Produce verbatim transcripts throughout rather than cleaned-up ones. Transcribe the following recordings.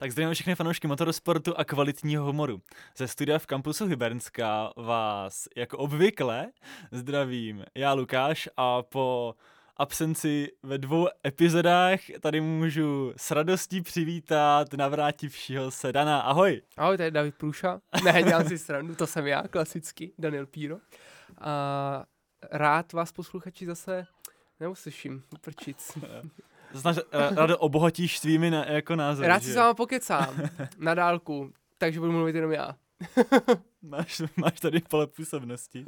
Tak zdravím všechny fanoušky motorsportu a kvalitního humoru. Ze studia v kampusu Hybernská vás jako obvykle zdravím já Lukáš a po absenci ve dvou epizodách tady můžu s radostí přivítat navrátivšího se Dana. Ahoj. Ahoj, tady David Průša. Ne, dělám si srandu, to jsem já, klasicky, Daniel Píro. A rád vás posluchači zase neuslyším, prčic. Znaš, rád obohatíš svými na, jako názory. Rád si že? s váma pokecám na dálku, takže budu mluvit jenom já. máš, máš tady pole působnosti.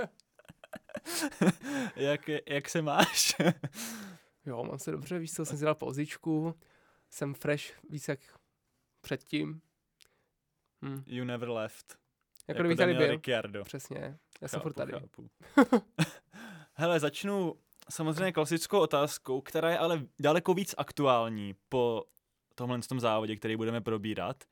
jak, jak se máš? Jo, mám se dobře, víš co, jsem si dal pauzičku, jsem fresh víc jak předtím. Hm. You never left. Jako, jako kdybych tady byl. Ricciardo. Přesně, já chápu, jsem furt tady. Hele, začnu samozřejmě klasickou otázkou, která je ale daleko víc aktuální po tomhle tom závodě, který budeme probírat.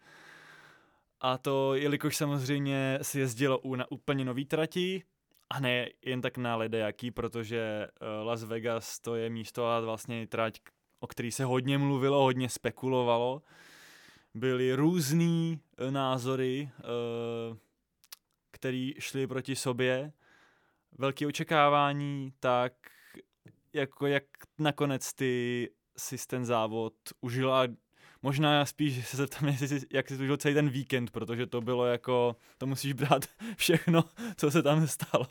A to, jelikož samozřejmě si jezdilo u, na úplně nový trati, a ne jen tak na ledajaký, protože uh, Las Vegas to je místo a vlastně trať, o který se hodně mluvilo, hodně spekulovalo. Byly různý uh, názory, uh, který šly proti sobě. Velké očekávání, tak jako jak nakonec ty si ten závod užila. Možná spíš se zeptám, jak jsi užil celý ten víkend, protože to bylo jako, to musíš brát všechno, co se tam stalo.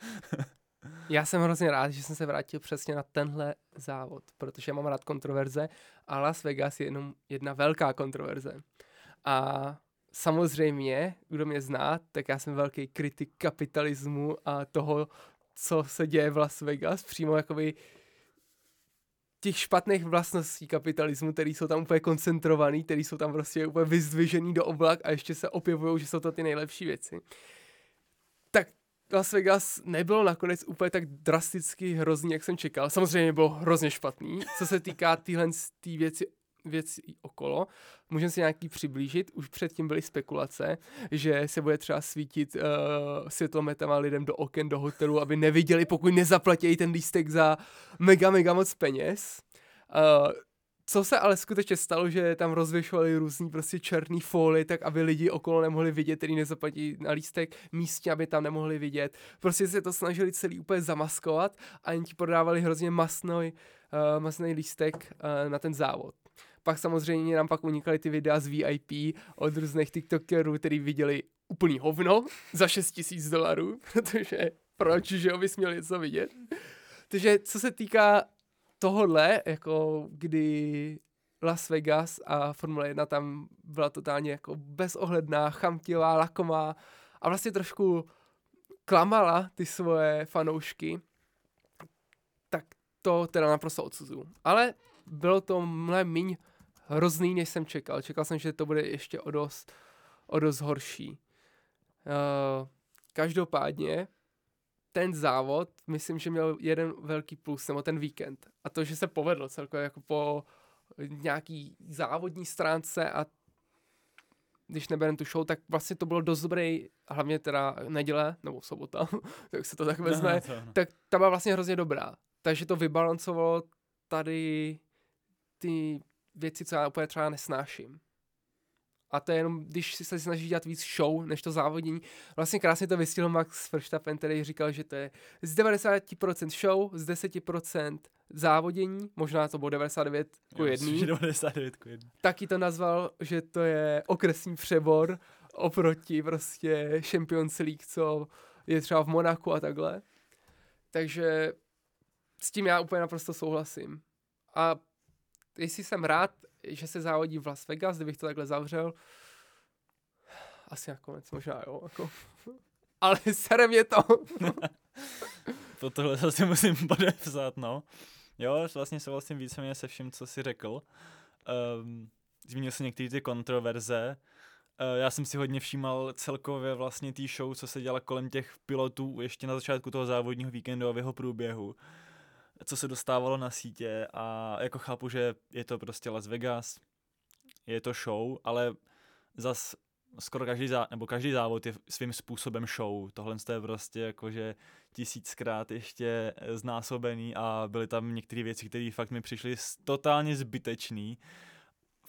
Já jsem hrozně rád, že jsem se vrátil přesně na tenhle závod, protože mám rád kontroverze a Las Vegas je jenom jedna velká kontroverze. A samozřejmě, kdo mě zná, tak já jsem velký kritik kapitalismu a toho, co se děje v Las Vegas, přímo jakoby těch špatných vlastností kapitalismu, který jsou tam úplně koncentrovaný, který jsou tam prostě úplně vyzdvižený do oblak a ještě se objevují, že jsou to ty nejlepší věci. Tak Las Vegas nebylo nakonec úplně tak drasticky hrozný, jak jsem čekal. Samozřejmě bylo hrozně špatný. Co se týká téhle tý věci, věcí okolo, můžeme si nějaký přiblížit. Už předtím byly spekulace, že se bude třeba svítit uh, světlometama lidem do oken, do hotelu, aby neviděli, pokud nezaplatí ten lístek za mega, mega moc peněz. Uh, co se ale skutečně stalo, že tam rozvěšovali různý prostě černý fólie, tak aby lidi okolo nemohli vidět, který nezaplatí na lístek, místně, aby tam nemohli vidět. Prostě se to snažili celý úplně zamaskovat a jen ti prodávali hrozně masný, uh, masný lístek uh, na ten závod. Pak samozřejmě nám pak unikaly ty videa z V I P od různých tiktokerů, který viděli úplný hovno za šest tisíc dolarů, protože proč, že jo, bys měl něco vidět. Takže co se týká tohodle, jako kdy Las Vegas a Formule jedna tam byla totálně jako bezohledná, chamtivá, lakomá a vlastně trošku klamala ty svoje fanoušky, tak to teda naprosto odsuzuju. Ale bylo to mnohem míň hrozný, než jsem čekal. Čekal jsem, že to bude ještě o dost, o dost horší. Uh, každopádně ten závod, myslím, že měl jeden velký plus, nebo ten víkend. A to, že se povedlo celkově jako po nějaký závodní stránce a když nebereme tu show, tak vlastně to bylo dost dobrý, hlavně teda neděle, nebo sobota, tak se to tak vezme, no, to, no. Tak ta byla vlastně hrozně dobrá. Takže to vybalancovalo tady ty věci, co já úplně třeba nesnáším. A to je jenom, když si se snaží dělat víc show, než to závodění. Vlastně krásně to vystihl Max Verstappen, který říkal, že to je z devadesát procent show, z deset procent závodění, možná to bylo devadesát devět ku jedné. devadesát devět ku jedné. Taky to nazval, že to je okresní přebor oproti prostě Champions League, co je třeba v Monaku a takhle. Takže s tím já úplně naprosto souhlasím. A jestli jsem rád, že se závodí v Las Vegas, kdybych to takhle zavřel, asi nakonec možná jo, jako. Ale sere mě to. To tohle zase musím podepsat, no. Jo, vlastně souhlasím víceméně se vším, co jsi řekl. Um, zmínil jsi některé ty kontroverze. Uh, já jsem si hodně všímal celkově vlastně tý show, co se dělala kolem těch pilotů ještě na začátku toho závodního víkendu a v jeho průběhu. Co se dostávalo na sítě a jako chápu, že je to prostě Las Vegas, je to show, ale zas skoro každý, zá, nebo každý závod je svým způsobem show. Tohle je prostě jakože tisíckrát ještě znásobený a byly tam některé věci, které fakt mi přišly totálně zbytečný.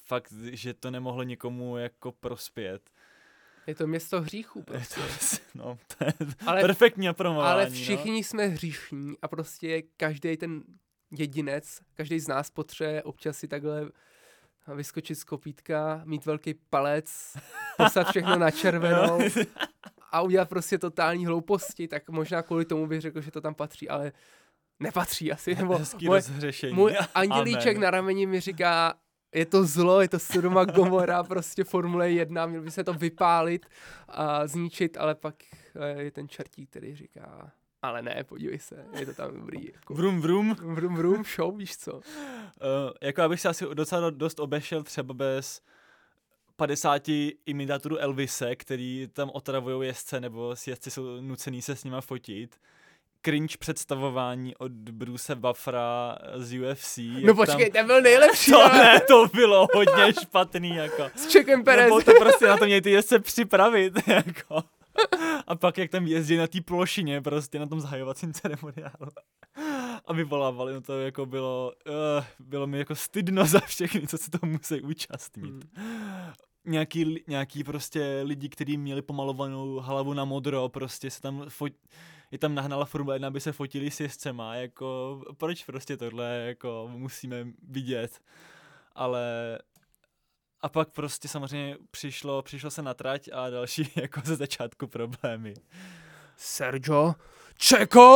fakt, že to nemohlo nikomu jako prospět. Je to město hříchů prostě. Je to, no, to je ale, perfektní napromování. Ale všichni no. jsme hříšní a prostě každý ten jedinec, každý z nás potřebuje občas si takhle vyskočit z kopítka, mít velký palec, poslat všechno na červenou a udělat prostě totální hlouposti, tak možná kvůli tomu bych řekl, že to tam patří, ale nepatří asi. Nebo hezký můj, rozhřešení. Můj andělíček Amen. Na rameni mi říká, je to zlo, je to Sodoma Gomora, prostě Formule jedna, měl by se to vypálit a zničit, ale pak je ten čertík, který říká, ale ne, podívej se, je to tam dobrý. Jako, vrum, vrum. Vrum, vrum, show, víš co. Uh, jako abych se asi docela dost obešel třeba bez padesáti imitátorů Elvise, který tam otravujou jezdce, nebo jezdci jsou nucený se s nima fotit. Cringe představování od Bruce Buffera z U F C. No počkej, tam... to byl nejlepší. To ne, to bylo hodně špatný, jako. S Čekem Perez. Nebo to prostě na to měli ty jezdce připravit, jako. A pak jak tam jezdí na té plošině, prostě na tom zahajovacím ceremoniálu. A vyvolávali, no to jako bylo, uh, bylo mi jako stydno za všechny, co se toho musí účastnit. Hmm. Nějaký, nějaký prostě lidi, kteří měli pomalovanou hlavu na modro, prostě se tam fot... je tam nahnala Formule jedna, aby se fotili s jezdcema, jako proč prostě tohle jako musíme vidět. Ale a pak prostě samozřejmě přišlo, přišlo se na trať a další jako ze začátku problémy. Sergio Checo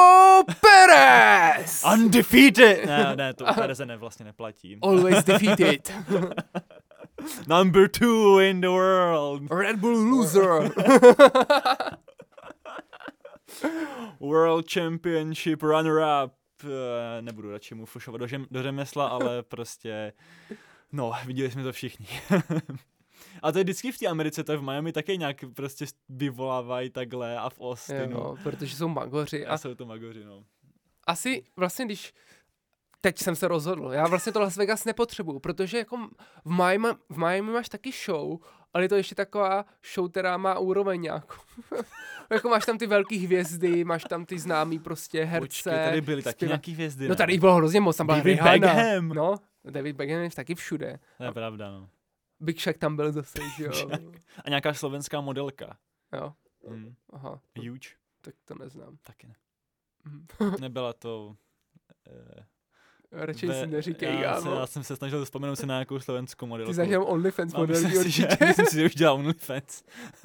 Perez! Undefeated! Ne, ne, to Pereze ne, vlastně neplatí. Always defeated. Number two in the world. Red Bull loser. World Championship runner-up. Nebudu radši mu fušovat do, žem, do řemesla, ale prostě, no, viděli jsme to všichni. A to je vždycky v té Americe, to je v Miami taky nějak prostě vyvolávají takhle a v Austinu. Jo, protože jsou magoři. A, a jsou to magoři, no. Asi vlastně, když teď jsem se rozhodl, já vlastně to Las Vegas nepotřebuju, protože jako v Miami, v Miami máš taky show, ale je to ještě taková show, která má úroveň nějakou. Jako máš tam ty velký hvězdy, máš tam ty známý prostě herce. Počkej, tady byly taky zpěva... nějaký hvězdy, ne? No tady jich bylo hrozně moc, tam byla David Rihanna. Beckham. No, David Beckham je taky všude. To je pravda, no. Big Shaq tam byl zase, že jo. A nějaká slovenská modelka. Jo. Mm. Aha. Huge. Tak to neznám. Taky ne. Nebyla to... Eh, Radši ve, si neříkej, já, já jsem se snažil vzpomenout si na nějakou slovenskou modelku. Ty jsi začal OnlyFans modelky určitě. Že, myslím si, že už dělal OnlyFans.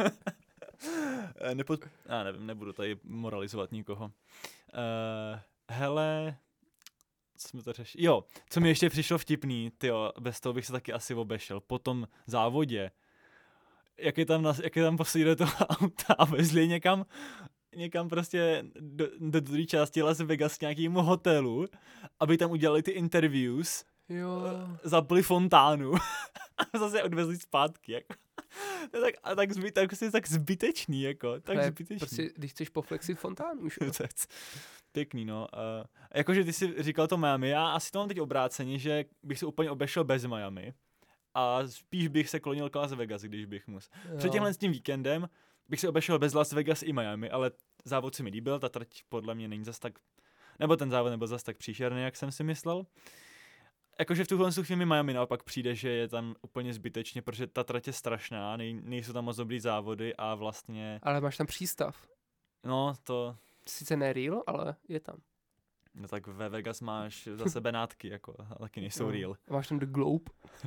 Nepod... Já nevím, nebudu tady moralizovat nikoho. Uh, hele... Co jsme to řešili? Jo, co mi ještě přišlo vtipný, tyjo, bez toho bych se taky asi obešel. Po tom závodě, jak je tam, na, jak je tam poslední do toho auta a vezli někam, někam prostě do, do druhé části Las Vegas k nějakému hotelu, aby tam udělali ty interviews, jo. zapli fontánu a zase odvezli zpátky. Jako. To je tak, a tak, zby, tak, tak, tak zbytečný, jako, tak ne, zbytečný. Prostě, když chceš poflexit fontánu, už. Pěkný, no. Uh, jakože ty jsi říkal to Miami, já asi to mám teď obráceně, že bych se úplně obešel bez Miami a spíš bych se klonil k Las Vegas, když bych musel. Před tímhle s tím víkendem bych se obešel bez Las Vegas i Miami, ale závod se mi líbil, ta trať podle mě není zas tak, nebo ten závod nebyl zas tak příšerný, jak jsem si myslel. Jakože v tuhle chvíli Miami naopak přijde, že je tam úplně zbytečně, protože ta trať je strašná, nej, nejsou tam moc dobrý závody a vlastně... Ale máš tam přístav. No, to... Sice ne real, ale je tam. No tak ve Vegas máš zase Benátky, jako, a taky nejsou no, real. A máš tam The Globe.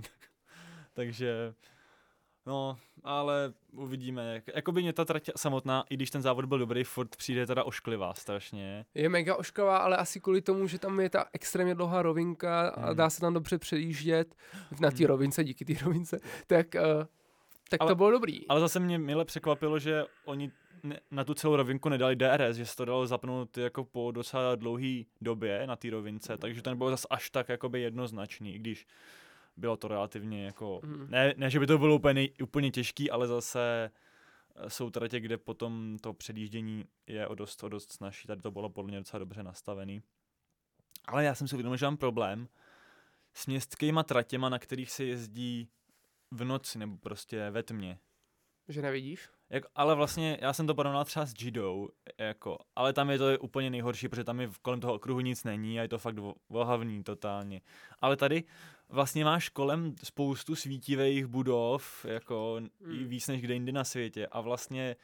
Takže, no, ale uvidíme. Jak, jakoby mě ta trať samotná, i když ten závod byl dobrý, furt přijde teda ošklivá strašně. Je mega ošklivá, ale asi kvůli tomu, že tam je ta extrémně dlouhá rovinka a hmm. dá se tam dobře předjíždět na té hmm. rovince, díky té rovince, tak, uh, tak ale, to bylo dobrý. Ale zase mě mile překvapilo, že oni ne, na tu celou rovinku nedali D R S, že se to dalo zapnout jako po docela dlouhý době na té rovince, takže to nebylo zase až tak jakoby jednoznačný, i když bylo to relativně jako, mm. ne, ne, že by to bylo úplně, úplně těžký, ale zase jsou tratě, kde potom to předjíždění je o dost, o dost snažší, tady to bylo podle mě docela dobře nastavený. Ale já jsem si uvědomil, že mám problém s městskýma tratěma, na kterých se jezdí v noci nebo prostě ve tmě. Že nevidíš? Jak, ale vlastně já jsem to porovnal třeba s judou, jako, ale tam je to úplně nejhorší, protože tam je kolem toho okruhu nic není a je to fakt vohavný totálně. Ale tady vlastně máš kolem spoustu svítivých budov, jako mm. i víc než kde jindy na světě a vlastně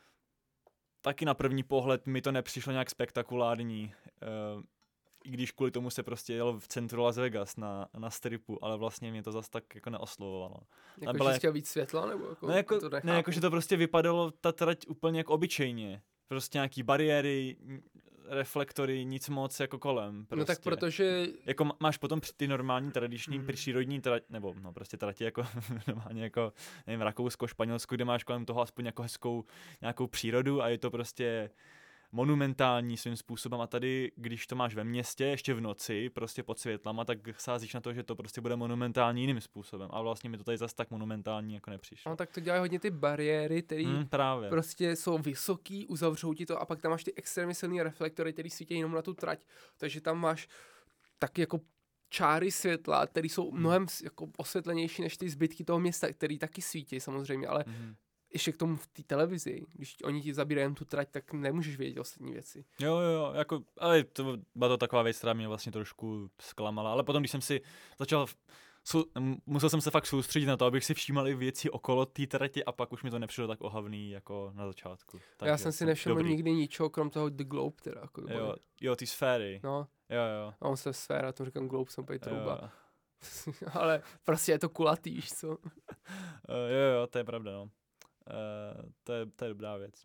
taky na první pohled mi to nepřišlo nějak spektakulární, uh, i když kvůli tomu se prostě jel v centru Las Vegas na, na stripu, ale vlastně mě to zas tak jako neoslovovalo. Jako, byla... že chtěl víc světla? Nebo jako, ne, jako, to ne, jako, že to prostě vypadalo ta trať úplně jako obyčejně. Prostě nějaký bariéry, reflektory, nic moc jako kolem. Prostě. No tak protože... Jako máš potom ty normální tradiční mm. přírodní trať, nebo no prostě trati jako normálně jako, nevím, Rakousko, Španělsko, kde máš kolem toho aspoň jako hezkou nějakou přírodu a je to prostě monumentální svým způsobem a tady, když to máš ve městě, ještě v noci, prostě pod světlama, tak sázíš na to, že to prostě bude monumentální jiným způsobem a vlastně mi to tady zase tak monumentální jako nepřišlo. No tak to dělají hodně ty bariéry, které hmm, prostě jsou vysoký, uzavřou ti to a pak tam máš ty extrémně silný reflektory, který svítí jenom na tu trať, takže tam máš taky jako čáry světla, které jsou mnohem jako osvětlenější než ty zbytky toho města, který taky svítí samozřejmě, ale hmm. ještě k tomu v té televizi, když oni ti zabírají tu trať, tak nemůžeš vědět ostatní věci. Jo, jo, jo, jako, ale to byla to taková věc, která mě vlastně trošku zklamala, ale potom, když jsem si začal, sou, musel jsem se fakt soustředit na to, abych si všímal i věci okolo té trati a pak už mi to nepřišlo tak ohavný jako na začátku. Takže já jsem si nevšiml nikdy ničeho, krom toho The Globe teda. Jako jo, jo, ty sféry. No. Jo, jo. A on se sféra, to říkám Globe, jsem pej trouba. Ale prostě je to kulatý, víš co? jo, jo, to je pravda, no. Uh, to, je, to je dobrá věc.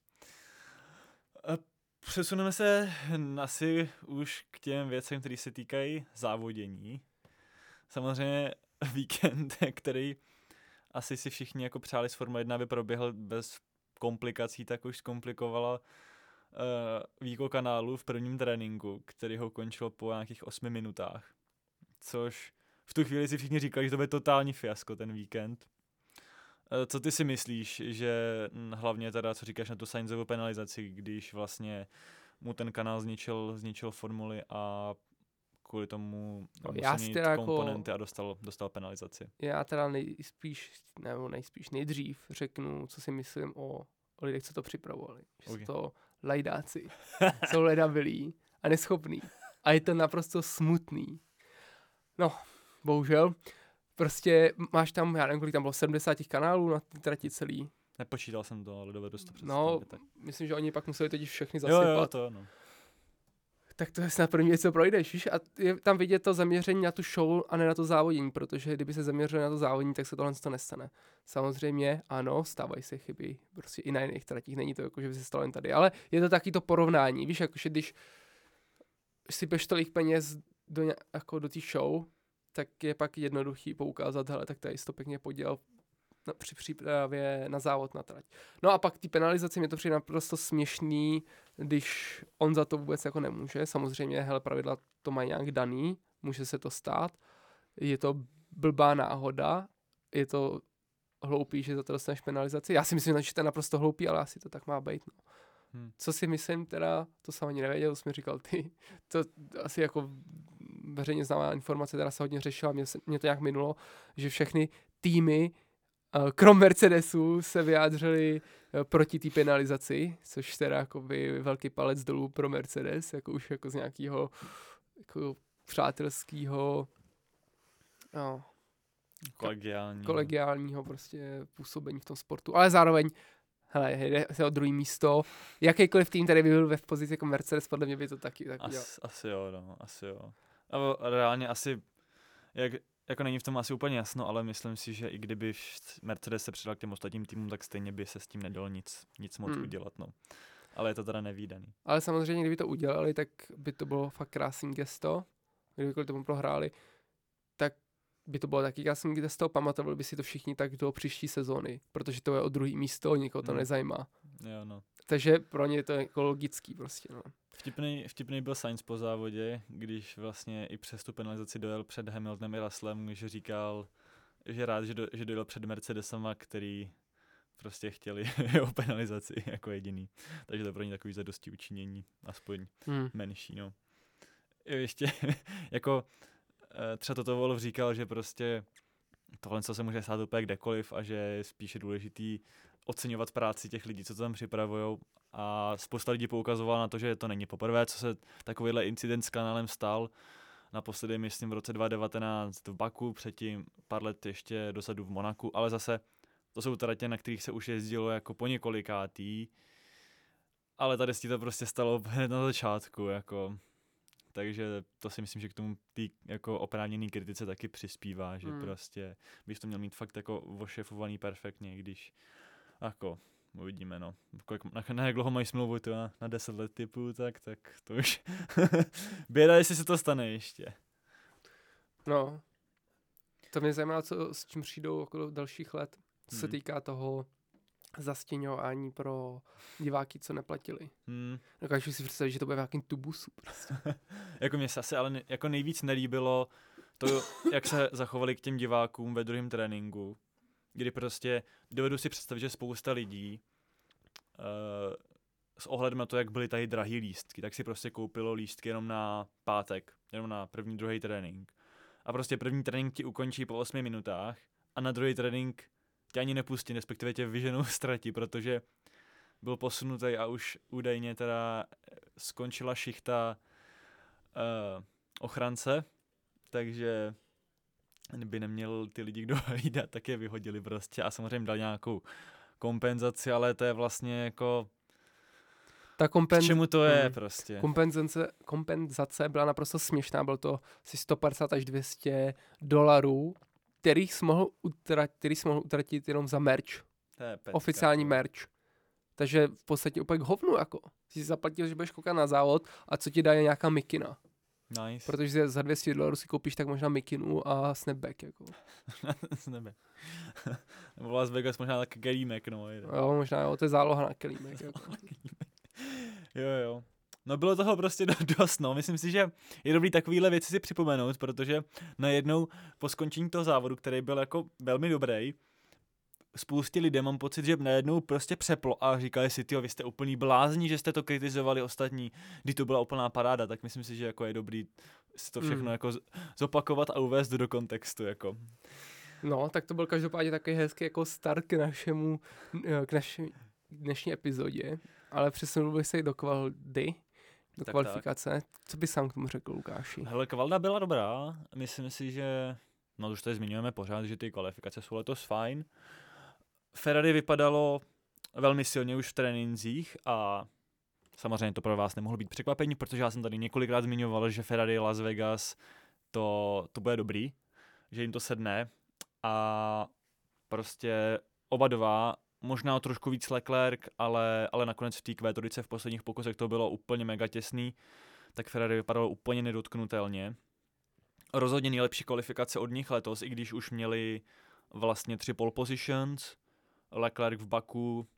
Uh, přesuneme se asi už k těm věcem, které se týkají závodění. Samozřejmě víkend, který asi si všichni jako přáli z Formule jedna, aby proběhl bez komplikací, tak už zkomplikovala uh, výkon kanálu v prvním tréninku, který ho končilo po nějakých osmi minutách. Což v tu chvíli si všichni říkali, že to bude totální fiasko ten víkend. Co ty si myslíš, že hlavně teda, co říkáš na tu Sainzovu penalizaci, když vlastně mu ten kanál zničil, zničil formuli a kvůli tomu musel mít komponenty jako, a dostal, dostal penalizaci? Já teda nejspíš, nebo nejspíš nejdřív řeknu, co si myslím o, o lidech, co to připravovali. Že okay. Jsou to lajdáci, jsou ledabilí a neschopný. A je to naprosto smutný. No, bohužel. Prostě máš tam, já nevím, kolik tam bylo, sedmdesát kanálů na té trati celý. Nepočítal jsem to, ale dovedu si to představit. No, tak. Myslím, že oni pak museli totiž všechny zasypat. Jo, jo, to no. Tak to je snad první věc, co projdeš, víš? A je tam vidět to zaměření na tu show a ne na to závodění, protože kdyby se zaměřili na to závodění, tak se tohle to nestane. Samozřejmě, ano, stávají se chyby, prostě i na jiných tratích, není to jako, že by se stalo jen tady, ale je to taky to porovnání, víš, jakože když sypeš tolik peněz do, ně, jako do té show, tak je pak jednoduchý poukázat, hele, tak tady jsi to pěkně podělal na, při přípravě na závod na trať. No a pak ty penalizace, mě to přijde naprosto směšný, když on za to vůbec jako nemůže. Samozřejmě, hele, pravidla to mají nějak daný, může se to stát. Je to blbá náhoda, je to hloupý, že za to dostaneš penalizaci. Já si myslím, že to je naprosto hloupý, ale asi to tak má být, no. Hmm. Co si myslím teda, to jsem ani nevěděl, to jsi mi říkal ty, to asi jako veřejně známá informace, teda se hodně řešila, mě, se, mě to nějak minulo, že všechny týmy, krom Mercedesu, se vyjádřili proti té penalizaci, což teda jako by velký palec dolů pro Mercedes, jako už jako z nějakého jako přátelského no, kolegiálního. kolegiálního prostě působení v tom sportu, ale zároveň hele, jde se o druhý místo. Jakýkoliv tým, který by byl ve pozici jako Mercedes, podle mě by to taky tak udělal. As, asi jo, no, asi jo. A reálně asi, jak, jako není v tom asi úplně jasno, ale myslím si, že i kdyby Mercedes se přidal k těm ostatním týmům, tak stejně by se s tím nedalo nic, nic moc hmm. udělat, no. Ale je to teda nevídaný. Ale samozřejmě, kdyby to udělali, tak by to bylo fakt krásný gesto. Kdyby kvůli tomu prohráli, tak by to bylo taky krásný gesto, pamatovali by si to všichni tak do příští sezóny, protože to je o druhý místo, nikoho to hmm. nezajímá. Jo, no. Takže pro ně je to jako logický prostě, no. Vtipný, vtipný byl Sainz po závodě, když vlastně i přes tu penalizaci dojel před Hamiltonem i Russellem, že říkal, že rád, že, do, že dojel před Mercedesama, který prostě chtěli jeho penalizaci jako jediný. Takže to pro ně takový zadosti učinění, aspoň hmm. menší, no. Jo, ještě jako třeba Toto Wolff říkal, že prostě tohle co se může stát úplně kdekoliv a že je spíše důležitý oceňovat práci těch lidí, co to tam připravujou. A spousta lidí poukazovala na to, že to není poprvé, co se takovýhle incident s kanálem stal. Naposledy, myslím, v roce dva tisíce devatenáct v Baku, předtím pár let ještě dosadu v Monaku, ale zase to jsou tratě, na kterých se už jezdilo jako po několikátý, ale tady si to prostě stalo hned na začátku, jako. Takže to si myslím, že k tomu tý jako oprávněný kritice taky přispívá, že hmm. prostě bys to měl mít fakt jako ošefovaný perfektně, když jako uvidíme, no. Kolik, na, na jak dlouho mají smlouvu to na, na deset let typu, tak, tak to už běda, jestli se to stane ještě. No, to mě zajímá, co, s čím přijdou okolo dalších let, co hmm. se týká toho zastěňování pro diváky, co neplatili. Hmm. Dokážu si představit, že to bude v nějakým tubusu. Prostě. Jako mě se asi ale ne, jako nejvíc nelíbilo to, jak se zachovali k těm divákům ve druhém tréninku, kdy prostě dovedu si představit, že spousta lidí uh, s ohledem na to, jak byly tady drahý lístky, tak si prostě koupilo lístky jenom na pátek, jenom na první, druhý trénink. A prostě první trénink ti ukončí po osmi minutách a na druhý trénink tě ani nepustí, respektive tě vyženou ztratí, protože byl posunutý a už údajně teda skončila šichta uh, ochránce, takže by neměl ty lidi kdo hlídat, tak je vyhodili prostě a samozřejmě dal nějakou kompenzaci, ale to je vlastně jako ta kompenz... k čemu to je hmm. prostě. Kompenzace, kompenzace byla naprosto směšná, bylo to asi sto padesát až dvě stě dolarů, kterých jsi mohl utratit, který jsi mohl utratit jenom za merch. Pecka, oficiální to. merch. Takže v podstatě úplně k hovnu, jako. Jsi zaplatil, že budeš koukat na závod a co ti dá je nějaká mikina. Nice. Protože za dvě stě dolarů si koupíš tak možná mikinu a snapback, jako. Snapback. Nebo Las Vegas možná tak kelímek, no. Jo, možná jo, to je záloha na kelímek, jako. Jo, jo. No bylo toho prostě dost, no. Myslím si, že je dobrý takovýhle věci si připomenout, protože najednou po skončení toho závodu, který byl jako velmi dobrý, spoustě lidé mám pocit, že najednou prostě přeplo a říkali si, tyjo, vy jste úplný blázni, že jste to kritizovali ostatní, když to byla úplná paráda, tak myslím si, že jako je dobrý si to všechno mm. jako zopakovat a uvést do kontextu, jako. No, tak to byl každopádně takový hezký jako start k našemu, k naší dnešní epizodě, ale přesunul bych se i do kvaldy, do tak kvalifikace. Tak. Co by sám k tomu řekl, Lukáši? Hele, kvalda byla dobrá, myslím si, že, no už tady zmiňujeme pořád, že ty kvalifikace jsou letos fajn. Ferrari vypadalo velmi silně už v trénincích a samozřejmě to pro vás nemohlo být překvapení, protože já jsem tady několikrát zmiňoval, že Ferrari Las Vegas to, to bude dobrý, že jim to sedne a prostě oba dva, možná o trošku víc Leclerc, ale, ale nakonec v té Q tři v posledních pokusech to bylo úplně mega těsný, tak Ferrari vypadalo úplně nedotknutelně. Rozhodně nejlepší kvalifikace od nich letos, i když už měli vlastně tři pole positions, Leclerc v Baku, uh,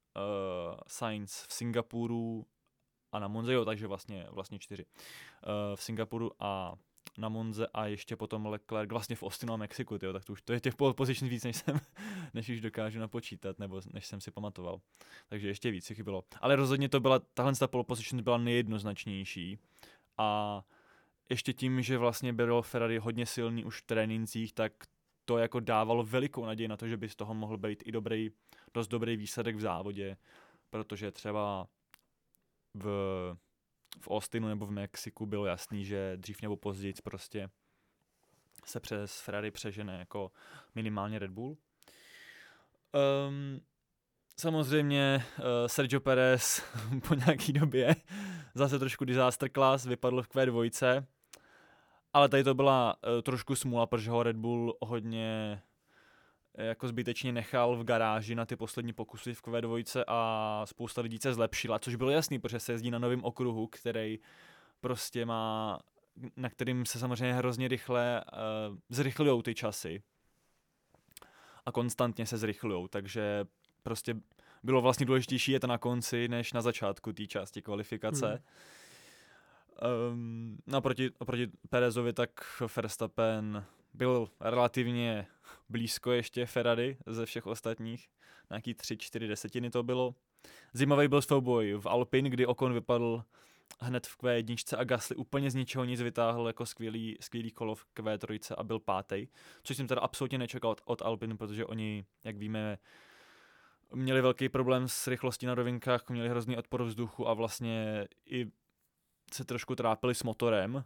Sainz v Singapuru a na Monze, jo, takže vlastně, vlastně čtyři. Uh, v Singapuru a na Monze a ještě potom Leclerc vlastně v Austinu a Mexiku, tyjo, tak to už to je těch pole positions víc, než jsem, než už dokážu napočítat, nebo než jsem si pamatoval. Takže ještě víc si chybilo. Ale rozhodně to byla, tahle ta pole positions byla nejjednoznačnější a ještě tím, že vlastně byl Ferrari hodně silný už v trénincích, tak to jako dávalo velikou naději na to, že by z toho mohl být i dobrý, dost dobrý výsledek v závodě, protože třeba v, v Austinu nebo v Mexiku bylo jasný, že dřív nebo později prostě se přes Ferrari přežene jako minimálně Red Bull. Um, samozřejmě uh, Sergio Perez po nějaký době zase trošku disaster class, vypadl v Q dva, ale tady to byla uh, trošku smůla, protože ho Red Bull hodně jako zbytečně nechal v garáži na ty poslední pokusy v Q dva a spousta lidí se zlepšila, což bylo jasný, protože se jezdí na novém okruhu, který prostě má, na kterým se samozřejmě hrozně rychle uh, zrychlujou ty časy a konstantně se zrychlujou, takže prostě bylo vlastně důležitější jet na konci, než na začátku té části kvalifikace. Hmm. Um, naproti oproti Perezovi tak Verstappen byl relativně blízko ještě Ferrari ze všech ostatních, nějaký tři čtyři desetiny to bylo. Zimový byl souboj v Alpine, kdy Ocon vypadl hned v Q jedna a Gasly úplně z ničeho nic vytáhl jako skvělý, skvělý kolo v Q tři a byl pátý, což jsem teda absolutně nečekal od, od Alpine, protože oni, jak víme, měli velký problém s rychlostí na rovinkách, měli hrozný odpor vzduchu a vlastně i se trošku trápili s motorem.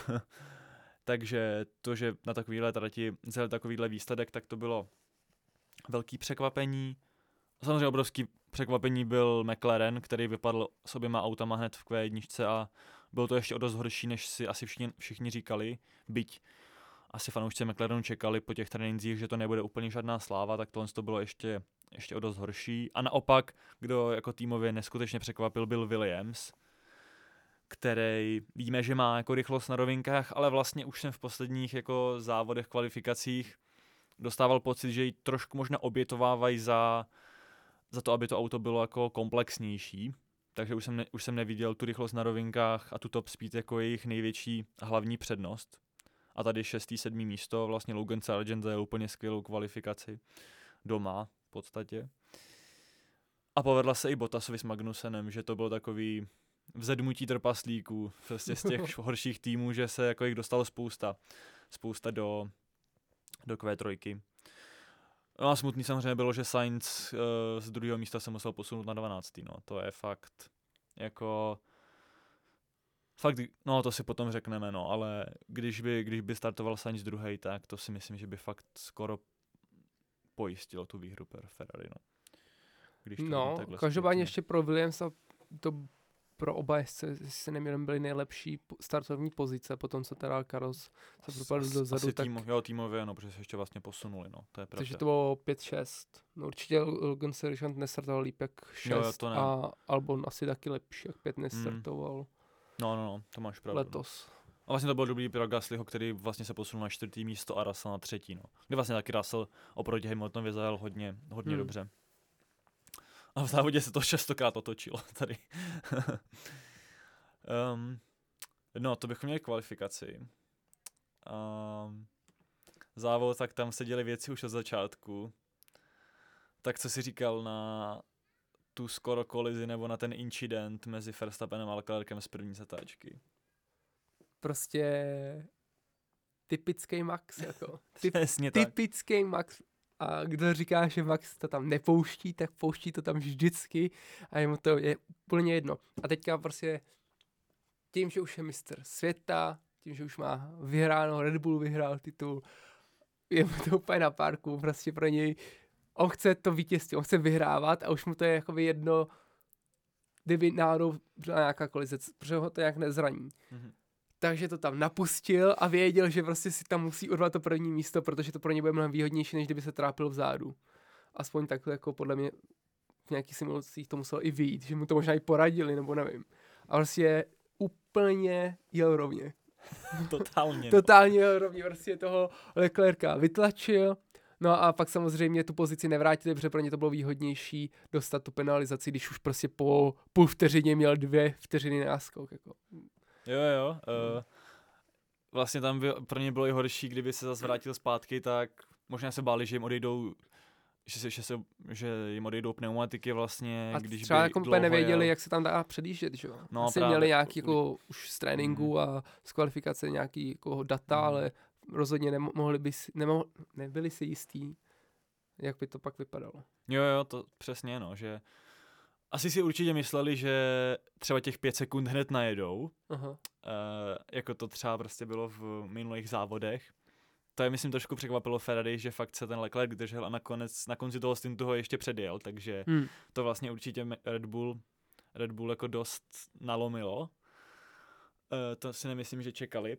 Takže to, že na takovýhle trati vzali takovýhle výsledek, tak to bylo velký překvapení. Samozřejmě obrovský překvapení byl McLaren, který vypadl s oběma autama hned v Q jedna a bylo to ještě o dost horší, než si asi všichni, všichni říkali, byť asi fanoušci McLarenu čekali po těch trénincích, že to nebude úplně žádná sláva, tak tohle to bylo ještě, ještě o dost horší. A naopak, kdo jako týmově neskutečně překvapil, byl Williams, který víme, že má jako rychlost na rovinkách, ale vlastně už jsem v posledních jako závodech, kvalifikacích dostával pocit, že ji trošku možná obětovávají za, za to, aby to auto bylo jako komplexnější. Takže už jsem, ne, už jsem neviděl tu rychlost na rovinkách a tu top speed jako jejich největší a hlavní přednost. A tady šestý, sedmý místo, vlastně Logan Sargent zajel úplně skvělou kvalifikaci doma v podstatě. A povedla se i Bottasovi s Magnusenem, že to bylo takový vzedmutí trpaslíků prostě z těch horších týmů, že se jako jich dostalo spousta, spousta do, do Q tři. No a smutný samozřejmě bylo, že Sainz uh, z druhého místa se musel posunout na dvanáctý. No, to je fakt jako fakt, no to si potom řekneme, no, ale když by, když by startoval Sainz druhý, tak to si myslím, že by fakt skoro pojistilo tu výhru per Ferrari, no. Když to no, každopádně ještě pro Williamsa to pro oba jezdce se neměli byly nejlepší startovní pozice, potom co teda Carlos se propadl dozadu. Tak... Tým, jo, týmově, no, protože se ještě vlastně posunuli, no, to je pravda. Takže to bylo pět šest. No určitě Logan Sargent nestartoval líp jak šest jo, a Albon asi taky lepší, jak pět nestartoval. Hmm. No, no, no, to máš pravdu. Letos. A vlastně to bylo dobrý pro Gaslyho, který vlastně se posunul na čtvrtý místo a Russell na třetí, no. Kdy vlastně taky Russell oproti Hamiltonovi zajel hodně, hodně hmm. dobře. A v závodě se to častokrát otočilo tady. um, no, to bychom měli kvalifikaci. Um, závod, tak tam se děly věci už od začátku. Tak co jsi říkal na tu skoro kolizi nebo na ten incident mezi Verstappenem a Leclercem z první zatáčky? Prostě typický Max, jako. Typ, Přesně typický tak. Max. A kdo říká, že Max to tam nepouští, tak pouští to tam vždycky a jemu to je úplně jedno. A teďka prostě tím, že už je mistr světa, tím, že už má vyhráno, Red Bull vyhrál titul, je mu to úplně na párku, prostě pro něj, on chce to vítězství, on chce vyhrávat a už mu to je jakoby jedno, kdyby náhodou byla nějaká kolize, protože ho to nějak nezraní. Mm-hmm. Takže to tam napustil a věděl, že prostě si tam musí urvat to první místo, protože to pro ně bude mnohem výhodnější, než kdyby se trápil vzadu. Aspoň takhle jako podle mě v nějakých simulacích to muselo i vyjít, že mu to možná i poradili, nebo nevím. A prostě úplně jel rovně. Totálně. Totálně jel rovně, prostě toho Leclerca vytlačil. No a pak samozřejmě tu pozici nevrátili, protože pro ně to bylo výhodnější dostat tu penalizaci, když už prostě po půl vteřině měl dvě vteřiny náskok. Jako. Jo, jo. Uh, vlastně tam by, pro ně bylo i horší, kdyby se zase vrátil zpátky, tak možná se báli, že jim odejdou, že, se, že, se, že jim odejdou pneumatiky vlastně, a když třeba by jako úplně nevěděli, jel. Jak se tam dá předjíždět, že jo. No, asi měli nějaký jako už z tréninku mm. a z kvalifikace nějaký jako data, mm. ale rozhodně nemohli by si, nemohli, nebyli si jistí, jak by to pak vypadalo. Jo, jo, to přesně, no, že asi si určitě mysleli, že třeba těch pět sekund hned najedou, uh, jako to třeba prostě bylo v minulých závodech. To je, myslím, trošku překvapilo Ferrari, že fakt se ten Leclerc držel a nakonec, na konci toho stintu ho ještě předjel, takže hmm. to vlastně určitě Red Bull, Red Bull jako dost nalomilo. Uh, to si nemyslím, že čekali.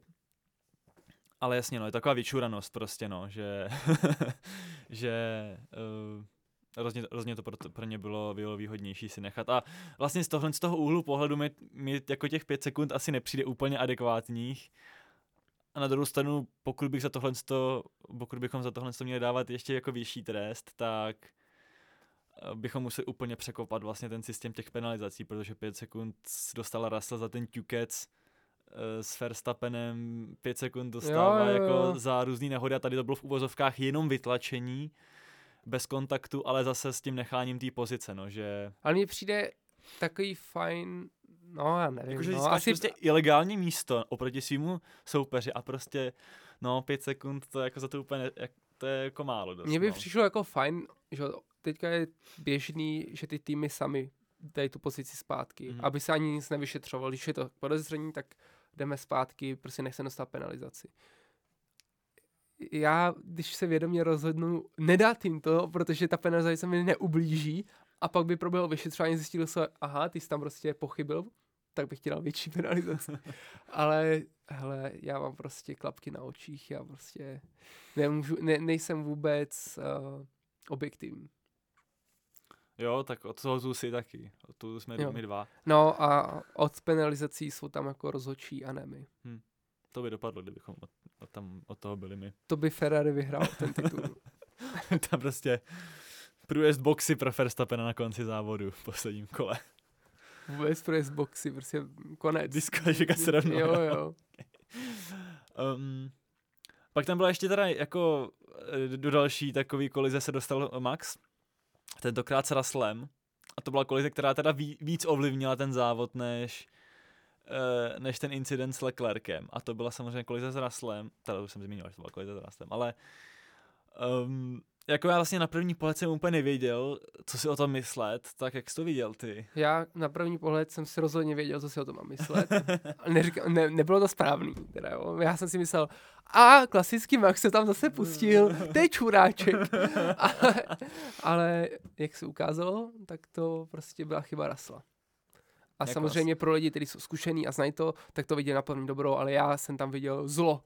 Ale jasně, no, je taková vyčuranost prostě, no, že, že uh, Rozně, rozně to pro, pro ně bylo, bylo výhodnější si nechat. A vlastně z tohle z toho úhlu pohledu mi, mi jako těch pět sekund asi nepřijde úplně adekvátních. A na druhou stranu, pokud bych za tohle, pokud bychom za tohle měli dávat ještě jako vyšší trest, tak bychom museli úplně překopat vlastně ten systém těch penalizací, protože pět sekund dostala Russell za ten ťukec s Verstappenem, pět sekund dostává jo, jo, jo. jako za různý nehody a tady to bylo v uvozovkách jenom vytlačení bez kontaktu, ale zase s tím necháním té pozice, no, že... Ale mně přijde takový fajn, no já nevím, jakože no, získáš asi... prostě ilegální místo oproti svýmu soupeři a prostě, no, pět sekund, to jako za to úplně, jak, to je jako málo dost. Mně by no. přišlo jako fajn, že teďka je běžný, že ty týmy sami dají tu pozici zpátky, Mhm. aby se ani nic nevyšetřovalo. Když je to podezření, tak jdeme zpátky, prostě nechce dostat penalizaci. Já, když se vědomě rozhodnu nedat jim to, protože ta penalizace mi neublíží, a pak by proběhlo vyšetřování, zjistil se, aha, ty jsi tam prostě pochybil, tak bych ti dal větší penalizaci. Ale hele, já mám prostě klapky na očích, já prostě nemůžu, ne, nejsem vůbec uh, objektivní. Jo, tak od toho tu si taky. Od toho jsme Jo. my dva. No a od penalizací jsou tam jako rozhodčí a ne my. Hm. To by dopadlo, kdybychom od, od, tam, od toho byli my. To by Ferrari vyhrál ten titul. Tam prostě průjezd boxy pro Verstappena na konci závodu v posledním kole. Vůbec pro boxy, prostě konec. Diskvalifikace se rovnou. Jo, jo. um, pak tam byla ještě teda jako do další takový kolize se dostal Max. Tentokrát s Russellem. A to byla kolize, která teda ví, víc ovlivnila ten závod, než, uh, než ten incident s Leclerkem. A to byla samozřejmě kolize s Russellem. Teda už jsem zmínil, že to byla kolize s Russellem. Ale um, jako já vlastně na první pohled jsem úplně nevěděl, co si o tom myslet. Tak jak jsi to viděl ty? Já na první pohled jsem si rozhodně věděl, co si o tom mám myslet. Neříkal, ne, nebylo to správný. Teda, jo. Já jsem si myslel, a klasický Max se tam zase pustil, teď čuráček. ale, ale jak se ukázalo, tak to prostě byla chyba Russella. A Jak samozřejmě pro lidi, kteří jsou zkušení a znají to, tak to viděli na první dobrou, ale já jsem tam viděl zlo.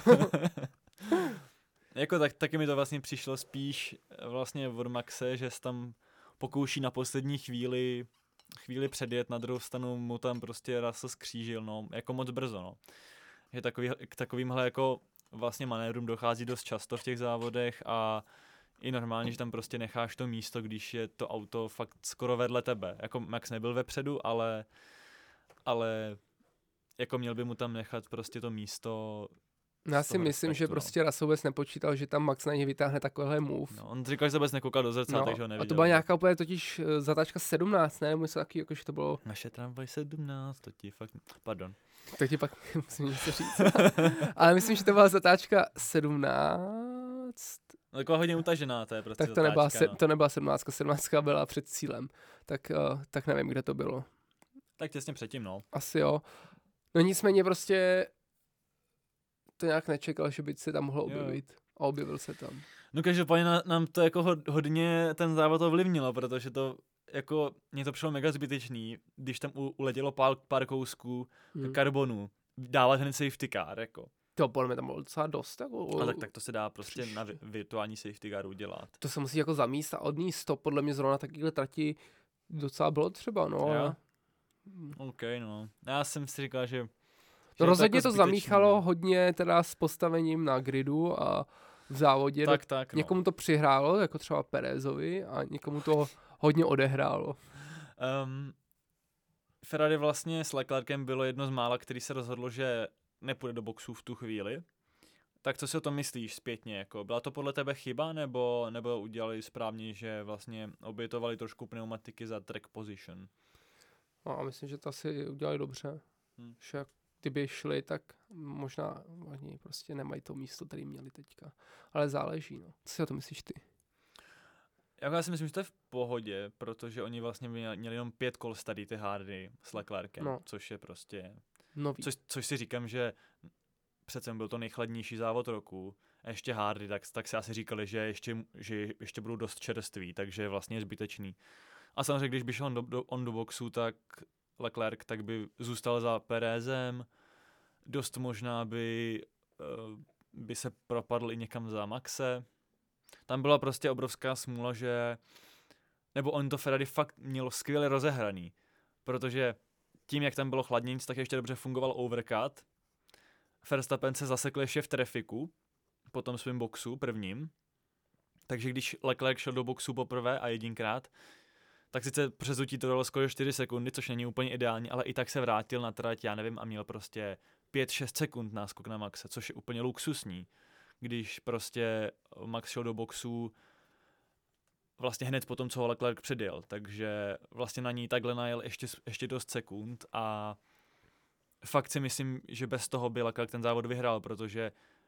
Jako tak, taky mi to vlastně přišlo spíš vlastně od Maxe, že se tam pokouší na poslední chvíli chvíli předjet, na druhou stranu mu tam prostě Russell skřížil, no, jako moc brzo, no. Že takový, k takovýmhle jako vlastně manévrům dochází dost často v těch závodech a i normálně, že tam prostě necháš to místo, když je to auto fakt skoro vedle tebe. Jako Max nebyl vepředu, ale ale jako měl by mu tam nechat prostě to místo. Já si myslím, respektu, že prostě Russell vůbec nepočítal, že tam Max na něj vytáhne takovýhle move. No, on říkal, že se vůbec nekoukal do zrcadla, no, takže ho neviděl. A to byla nějaká úplně totiž zatáčka sedmnáct, ne? Nebo něco taky, jakože to bylo... Naše tramvaj sedmnáct, to ti fakt... Pardon. To ti pak musím něco říct. Ale myslím, že to byla zatáčka sedmnáct. No, taková hodně utažená, to je prostě tak to zatáčka, nebyla, se, no. to nebyla sedmnáctka, sedmnáctka byla před cílem. Tak, uh, tak nevím, kde to bylo. Tak těsně předtím, no. Asi jo. No nicméně prostě to nějak nečekal, že by se tam mohlo objevit. Jo. A objevil se tam. No každopádně nám to jako hodně ten závod ovlivnilo, protože to jako, mně to přišlo mega zbytečný, když tam u, uletělo pár, pár kousků hmm. karbonu, dávat hned safety car, jako. To podle mě tam bylo docela dost. Jako, a tak, tak to se dá prostě přišli. Na vi- virtuální safety car udělat. To se musí jako zamíst a odníst to, podle mě zrovna takovýhle trati docela bylo třeba, no. Jo. OK, no. Já jsem si říkal, že... No rozhodně to, jako to zamíchalo hodně teda s postavením na gridu a v závodě. Tak, tak, no. Někomu to přihrálo, jako třeba Pérezovi, a někomu to hodně odehrálo. Um, Ferrari vlastně s Leclerkem bylo jedno z mála, který se rozhodlo, že nepůjde do boxu v tu chvíli. Tak co si o tom myslíš zpětně? Jako, byla to podle tebe chyba, nebo, nebo udělali správně, že vlastně obětovali trošku pneumatiky za track position? No, a myslím, že to asi udělali dobře. Hmm. Že kdyby šli, tak možná oni prostě nemají to místo, které měli teďka. Ale záleží, no. Co si o to myslíš ty? Já si myslím, že to je v pohodě, protože oni vlastně měli, měli jenom pět kol starý ty Hardy s Leclerkem, no. Což je prostě... Nový. Což, což si říkám, že přece byl to nejchladnější závod roku a ještě Hardy, tak, tak si asi říkali, že ještě, že ještě budou dost čerství, takže je vlastně zbytečný. A samozřejmě, když by šel on do, do, on do boxu, tak Leclerc tak by zůstal za Pérezem, dost možná by, uh, by se propadl i někam za Maxe. Tam byla prostě obrovská smůla, že nebo on to Ferrari fakt mělo skvěle rozehraný, protože tím, jak tam bylo chladnějc, tak ještě dobře fungoval overcut. Verstappen se zasekl ještě v trafiku po tom svým boxu prvním, takže když Leclerc šel do boxu poprvé a jedinkrát, tak sice přezutí to dalo skoro čtyři sekundy, což není úplně ideální, ale i tak se vrátil na trať, já nevím, a měl prostě pět šest sekund náskok na Maxe, což je úplně luxusní. Když prostě Max šel do boxu vlastně hned po tom, co ho Leclerc předjel, takže vlastně na ní takhle najel ještě, ještě dost sekund a fakt si myslím, že bez toho by Leclerc ten závod vyhrál, protože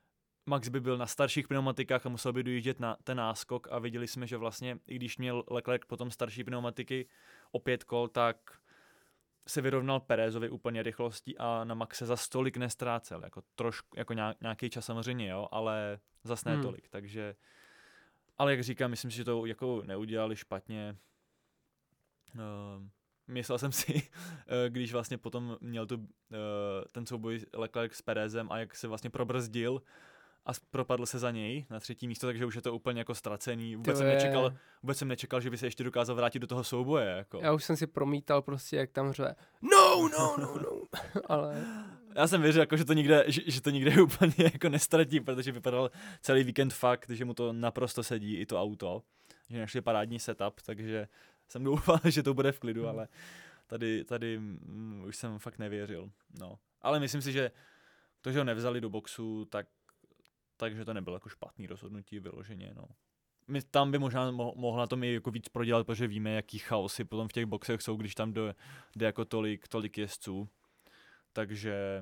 Max by byl na starších pneumatikách a musel by dojíždět na ten náskok a viděli jsme, že vlastně, i když měl Leclerc potom starší pneumatiky o pět kol, tak se vyrovnal Pérezovi úplně rychlostí a na Maxe za stolik nestrácel, jako trošku, jako nějaký čas samozřejmě, jo, ale zas ne hmm. tolik, takže, ale jak říkám, myslím si, že to jako neudělali špatně. Uh, myslel jsem si, uh, když vlastně potom měl tu, uh, ten souboj Leclerc s Pérezem a jak se vlastně probrzdil a propadl se za něj na třetí místo, takže už je to úplně jako ztracený. Vůbec jsem, nečekal, vůbec jsem nečekal, že by se ještě dokázal vrátit do toho souboje. Jako. Já už jsem si promítal prostě, jak tam řve no, no, no, no, ale... Já jsem věřil, jako, že, to nikde, že, že to nikde úplně jako nestratí, protože vypadal celý víkend fakt, že mu to naprosto sedí, i to auto, že našli parádní setup, takže jsem doufal, že to bude v klidu, ale tady, tady mm, už jsem fakt nevěřil. No. Ale myslím si, že to, že ho nevzali do boxu, tak takže to nebylo jako špatný rozhodnutí vyloženě, no. My tam by možná mo- mohl na tom i jako víc prodělat, protože víme, jaký chaosy potom v těch boxech jsou, když tam jde, jde jako tolik, tolik jezdců. Takže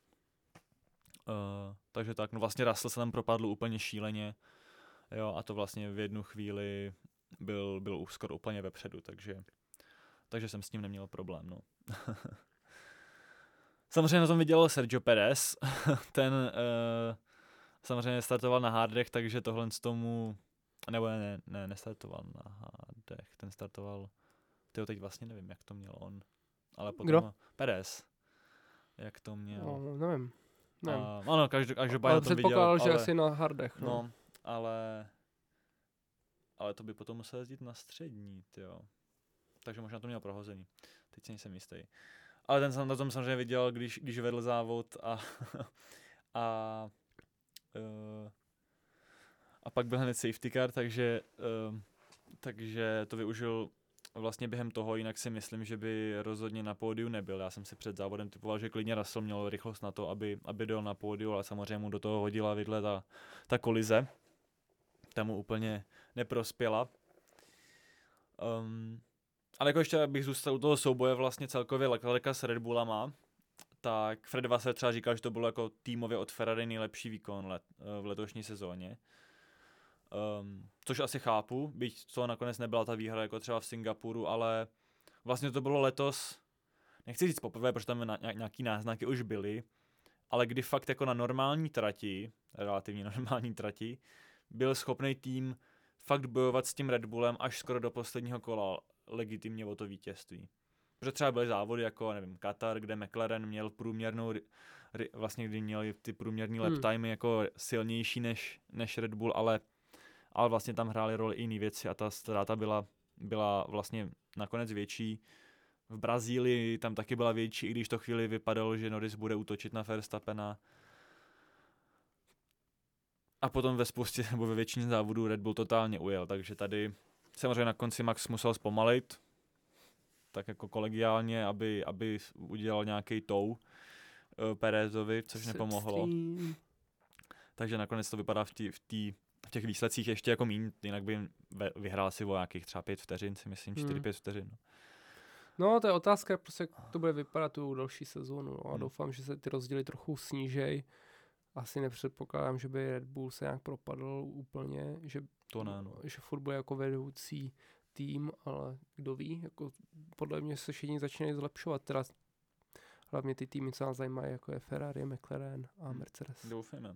uh, takže tak, no vlastně Russell se tam propadl úplně šíleně, jo, a to vlastně v jednu chvíli byl, byl už skoro úplně vepředu, takže, takže jsem s tím neměl problém, no. Samozřejmě na tom viděl Sergio Pérez, ten uh, samozřejmě startoval na hardech, takže tohle z tomu, nebo ne, ne, nestartoval na hardech, ten startoval, tyjo, teď vlastně nevím, jak to měl on, ale potom Kdo? Pérez, jak to měl. No, nevím. nevím. A, ano, každý, každopádně ale to viděl. předpokládal, že ale, asi na hardech. No, no ale, ale to by potom musel jezdit na střední, tyjo. Takže možná to měl prohozený, teď si nejsem jistý. Ale ten jsem na tom samozřejmě viděl, když, když vedl závod a, a Uh, a pak byl hned safety car, takže, uh, takže to využil vlastně během toho, jinak si myslím, že by rozhodně na pódiu nebyl. Já jsem si před závodem typoval, že klidně Russell měl rychlost na to, aby, aby dal na pódiu, ale samozřejmě mu do toho hodila vidle ta, ta kolize. Ta mu úplně neprospěla. Um, ale jako ještě bych zůstal u toho souboje vlastně celkově Leclerca s Red Bullama, tak Fred Vasseur třeba říkal, že to bylo jako týmově od Ferrari nejlepší výkon let, v letošní sezóně. Um, což asi chápu, byť to nakonec nebyla ta výhra jako třeba v Singapuru, ale vlastně to bylo letos, nechci říct poprvé, protože tam nějaký náznaky už byly, ale kdy fakt jako na normální trati, relativně normální trati, byl schopný tým fakt bojovat s tím Red Bullem až skoro do posledního kola legitimně o to vítězství. Protože třeba byly závody jako, nevím, Katar, kde McLaren měl průměrnou, vlastně kdy měli ty průměrný lap timey jako silnější než, než Red Bull, ale, ale vlastně tam hrály roli i jiné věci a ta ztráta byla, byla vlastně nakonec větší. V Brazílii tam taky byla větší, i když to chvíli vypadalo, že Norris bude útočit na Verstappena. A potom ve spoustě, nebo ve většině závodů Red Bull totálně ujel, takže tady samozřejmě na konci Max musel zpomalit, tak jako kolegiálně, aby, aby udělal nějaký tou uh, Pérezovi, což nepomohlo. Takže nakonec to vypadá v, tý, v, tý, v těch výsledcích ještě jako míň, jinak by vyhrál si o nějakých třeba pět vteřin, si myslím, čtyři pět vteřin. No. No, to je otázka, prostě jak to bude vypadat tu další sezónu. No, a hmm. doufám, že se ty rozdíly trochu snížej. Asi nepředpokládám, že by Red Bull se nějak propadl úplně, že, to ne, no. že furt bude jako vedoucí tým, ale kdo ví, jako podle mě se všichni začínají zlepšovat, teda hlavně ty týmy, co nás zajímají, jako je Ferrari, McLaren a Mercedes. Doufejme.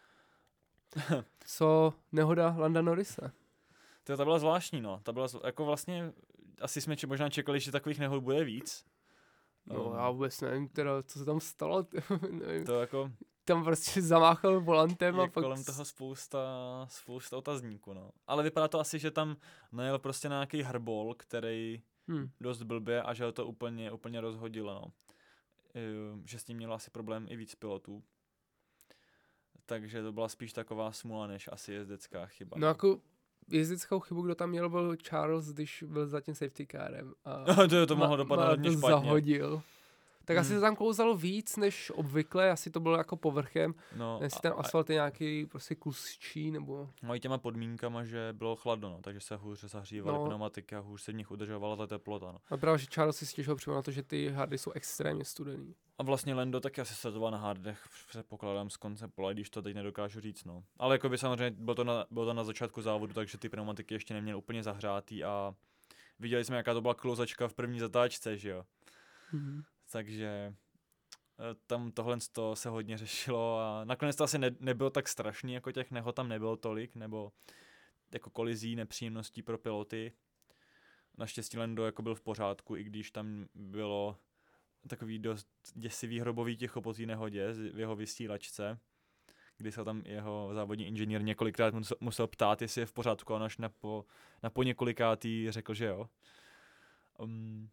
Co nehoda Landa Norrise? To ta byla zvláštní, no. Ta byla zv... jako vlastně, asi jsme či možná čekali, že takových nehod bude víc. No um, já vůbec nevím, teda, co se tam stalo, nevím. To jako... Tam prostě zamáchal volantem a pak... kolem toho spousta, spousta otazníků, no. Ale vypadá to asi, že tam najel prostě na nějaký hrbol, který hmm. dost blbě a že ho to úplně, úplně rozhodilo, no. Že s tím mělo asi problém i víc pilotů. Takže to byla spíš taková smůla, než asi jezdecká chyba. No jako jezdeckou chybu, kdo tam měl, byl Charles, když byl za tím safety carem. A to, to mohlo dopadat hodně špatně. Zahodil. Tak Hmm. asi to tam klouzalo víc než obvykle, asi to bylo jako povrchem, No, jestli a- ten a- asfalt je nějaký prostě kusčí, nebo... No i těma podmínkama, že bylo chladno, no, takže se hůř zahřívaly No. pneumatiky a hůř se v nich udržovala ta teplota. No. A právě, že Charles si stěžoval přímo na to, že ty hardy jsou extrémně studený. A vlastně Lando taky asi sledoval na hardech, předpokládám z konce pole, když to teď nedokážu říct. No. Ale jako by samozřejmě bylo to, na, bylo to na začátku závodu, takže ty pneumatiky ještě neměly úplně zahřátý a viděli jsme, jaká to byla klouzačka v první zatáčce, že jo. Mhm. Takže eh, tam tohle to se hodně řešilo a nakonec to asi ne, nebylo tak strašný, jako těch nehod tam nebylo tolik, nebo jako kolizí, nepříjemností pro piloty. Naštěstí Lando jako byl v pořádku, i když tam bylo takový dost děsivý hrobový ticho po té nehodě v jeho vysílačce, kdy se tam jeho závodní inženýr několikrát musel, musel ptát, jestli je v pořádku, a on až na po, na po několikátý řekl, že jo. Um,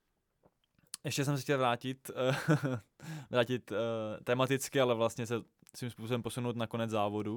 ještě jsem se chtěl vrátit, vrátit uh, tematicky, ale vlastně se svým způsobem posunout na konec závodu.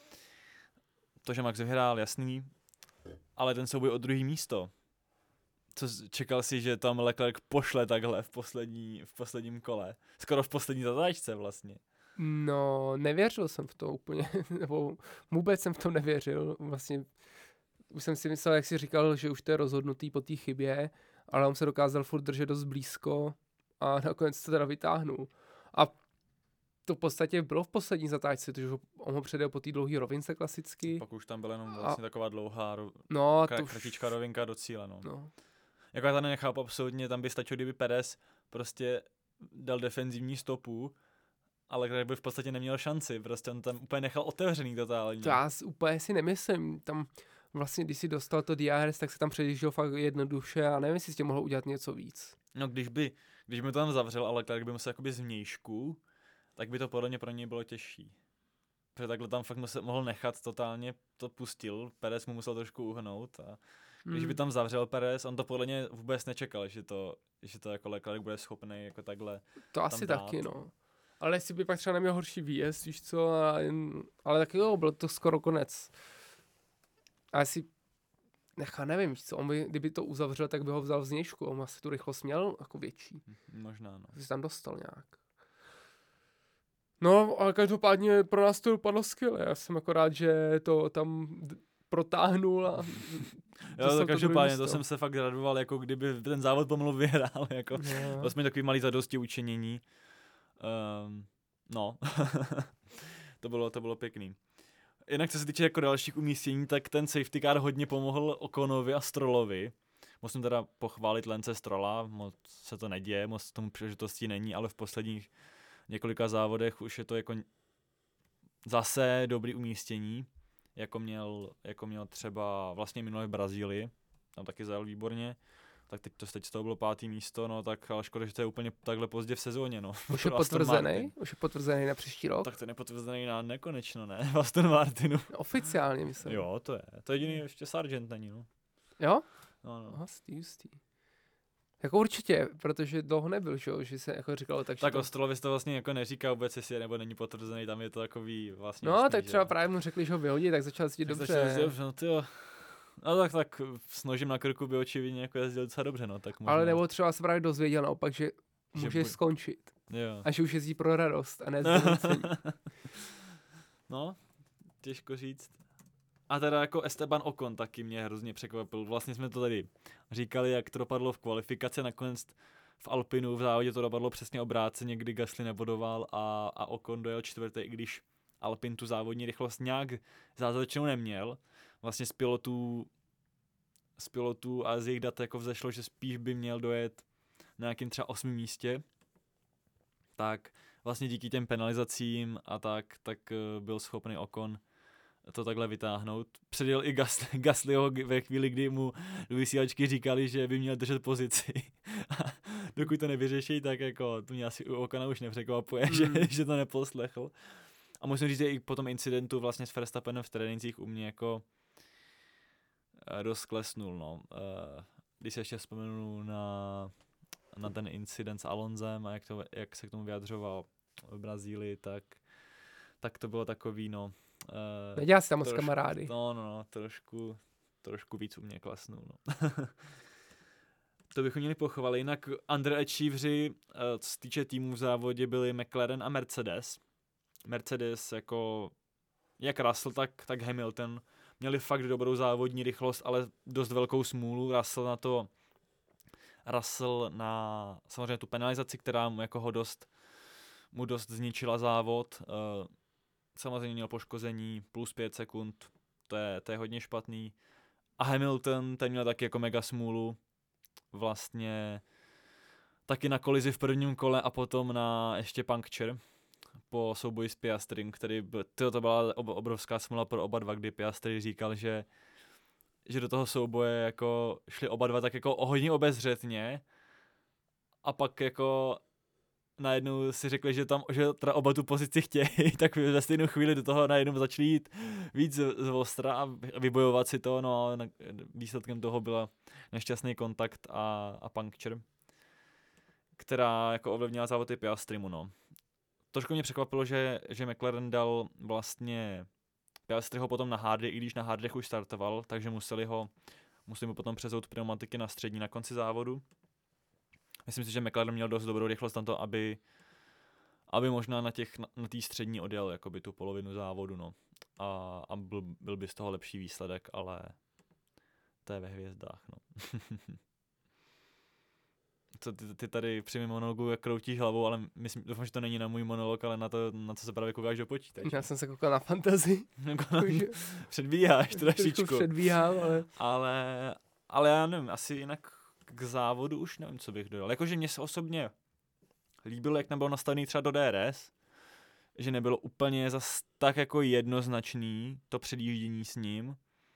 To, že Max vyhrál, jasný, ale ten souboj o druhý místo. Co čekal si, že tam Leclerc pošle takhle v, poslední, v posledním kole? Skoro v poslední zatáčce vlastně. No, nevěřil jsem v to úplně, nebo vůbec jsem v to nevěřil. Vlastně už jsem si myslel, jak jsi říkal, že už to je rozhodnutý po té chybě, ale on se dokázal furt držet dost blízko a nakonec to teda vytáhnul. A to v podstatě bylo v poslední zatáčce, protože on ho předjel po té dlouhé rovince klasicky. Pak už tam byla jenom vlastně A- taková dlouhá, ro- No, kra- to už... kratičká rovinka do cíle. No. No. Jako já to nechápu absolutně, tam by stačilo, kdyby Perez prostě dal defenzivní stopu, ale Leclerc by v podstatě neměl šanci, prostě on tam úplně nechal otevřený totálně. To já s- úplně si nemyslím. Tam vlastně, když si dostal to D R S, tak se tam předjížděl fakt jednoduše a nevím, jestli s tím mohl udělat něco víc. No když by, když by to tam zavřel, ale Leclerc by musel jakoby zvnějšku, tak by to podle mě pro něj bylo těžší. Protože takhle tam fakt musel, mohl nechat totálně, to pustil, Perez mu musel trošku uhnout a když by Hmm. tam zavřel Perez, on to podle mě vůbec nečekal, že to, že to jako Leclerc bude schopný jako takhle. To asi dát. taky, no. Ale jestli by pak třeba neměl horší výjezd, víš co, a jen, ale taky jo, byl to skoro konec. A jestli, nechá, nevím, víš co, on by, kdyby to uzavřel, tak by ho vzal znějšku, on asi tu rychlost měl jako větší, Možná, no. aby se tam dostal nějak. No, ale každopádně pro nás to dopadlo skvěle, já jsem jako rád, že to tam d- protáhnul a Jo, dostal to to každopádně, druhý to místo. jsem se fakt radoval, jako kdyby ten závod pomalu vyhrál, jako. No. To jsme takový malý zadosti učinění. Um, no, to bylo, to bylo pěkný. Jinak co se týče jako dalších umístění, tak ten safety car hodně pomohl Oconovi a Strollovi. Musím teda pochválit Lance Strolla, moc se to neděje, moc tomu příležitostí není, ale v posledních několika závodech už je to jako zase dobrý umístění, jako měl, jako měl třeba vlastně minulé v Brazílii, tam taky zajel výborně. Tak teď to teď z toho bylo pátý místo, no tak ale škoda, že to je úplně takhle pozdě v sezóně, no. Už je Pro Aston Martin. potvrzený? Už je potvrzený na příští rok? Tak to je nepotvrzený na nekonečno, ne? V Aston Martinu. Oficiálně myslím. Jo, to je. To jediný ještě Sargent není, no. Jo? No, no. Aha, stý, jistý. Jako určitě, protože dlouho nebyl, že, jo, že se jako říkalo tak, že Tak to- o Strollovi se to vlastně jako neříká vůbec, jestli je nebo není potvrzený, tam je to takový vlastně No, jasný, tak že třeba jo. právě mu řekli, že ho vyhodí, tak začal cítit Tak dobře. začal jezdit dobře, no tyjo. No tak, tak s nožem na krku by očividně jako jezdil docela dobře, no. Tak možná, Ale nebo třeba se právě dozvěděl naopak, že Že může buď- skončit. Jo. A že už jezdí pro radost a ne zdonucení. No, těžko říct. A teda jako Esteban Ocon taky mě hrozně překvapil. Vlastně jsme to tady říkali, jak to dopadlo v kvalifikaci, nakonec v Alpinu v závodě to dopadlo přesně obráceně, kdy Gasly nebodoval a, a Ocon dojel čtvrtý, i když Alpin tu závodní rychlost nějak zázračnou neměl. Vlastně z pilotů, z pilotů a z jejich dat jako vzešlo, že spíš by měl dojet na nějakým třeba osmém místě. Tak vlastně díky těm penalizacím a tak, tak eh, byl schopný Ocon to takhle vytáhnout. Předjel i Gasly, Gaslyho ve chvíli, kdy mu do vysílačky říkali, že by měl držet pozici. A dokud to nevyřeší, tak jako to mě asi u Ocona už nepřekvapuje, Mm. že, že to neposlechl. A musím říct, že i po tom incidentu vlastně s Verstappenem v trénincích u mě jako eh, dost klesnul, no. Eh, Když se ještě vzpomenu na, na ten incident s Alonsem a jak, to, jak se k tomu vyjadřoval v Brazílii, tak, tak to bylo takový, no. eh, Nedělá si tam moc trošku- kamarády. No, no, no, trošku, trošku víc u mě klesnul, no. To bychom měli pochválit. Jinak underachieveri, co se týče týmů v závodě, byli McLaren a Mercedes. Mercedes jako jak Russell, tak, tak Hamilton měli fakt dobrou závodní rychlost, ale dost velkou smůlu. Russell na to Russell na samozřejmě tu penalizaci, která mu jako ho dost mu dost zničila závod. Samozřejmě měl poškození plus pět sekund, to je, to je hodně špatný. A Hamilton, ten měl taky jako mega smůlu. Vlastně taky na kolizi v prvním kole a potom na ještě puncture po souboji s Piastrym, který byl, tyjo, to byla obrovská smůla pro oba dva, kdy Piastry říkal, že, že do toho souboje jako šli oba dva tak jako hodně obezřetně a pak jako najednou si řekli, že tam, že teda oba tu pozici chtějí, tak ve stejnou chvíli do toho najednou začali jít víc z ostra a vybojovat si to, no a výsledkem toho byla nešťastný kontakt a, a puncture, která jako ovlivnila závody Piastrymu, no. Trošku mě překvapilo, že, že McLaren dal vlastně Piastryho potom na hardy, i když na hardech už startoval, takže museli ho, museli mu potom přezout pneumatiky na střední na konci závodu. Myslím si, že McLaren měl dost dobrou rychlost na to, aby, aby možná na těch, na, na té střední odjel jakoby tu polovinu závodu, no. A, a byl, byl by z toho lepší výsledek, ale to je ve hvězdách, no. Co ty, ty tady při mým monologu kroutíš hlavou, ale myslím, doufám, že to není na můj monolog, ale na to, na co se právě koukáš do počítače. Já jsem se koukal na fantasy. Předbíháš trošičku. Předbíhám, ale... ale... Ale já nevím, asi jinak k závodu už nevím, co bych dodal. Jakože mě se osobně líbilo, jak nebylo nastavený třeba do D R S, že nebylo úplně zas tak jako jednoznačný to předjíždění s ním.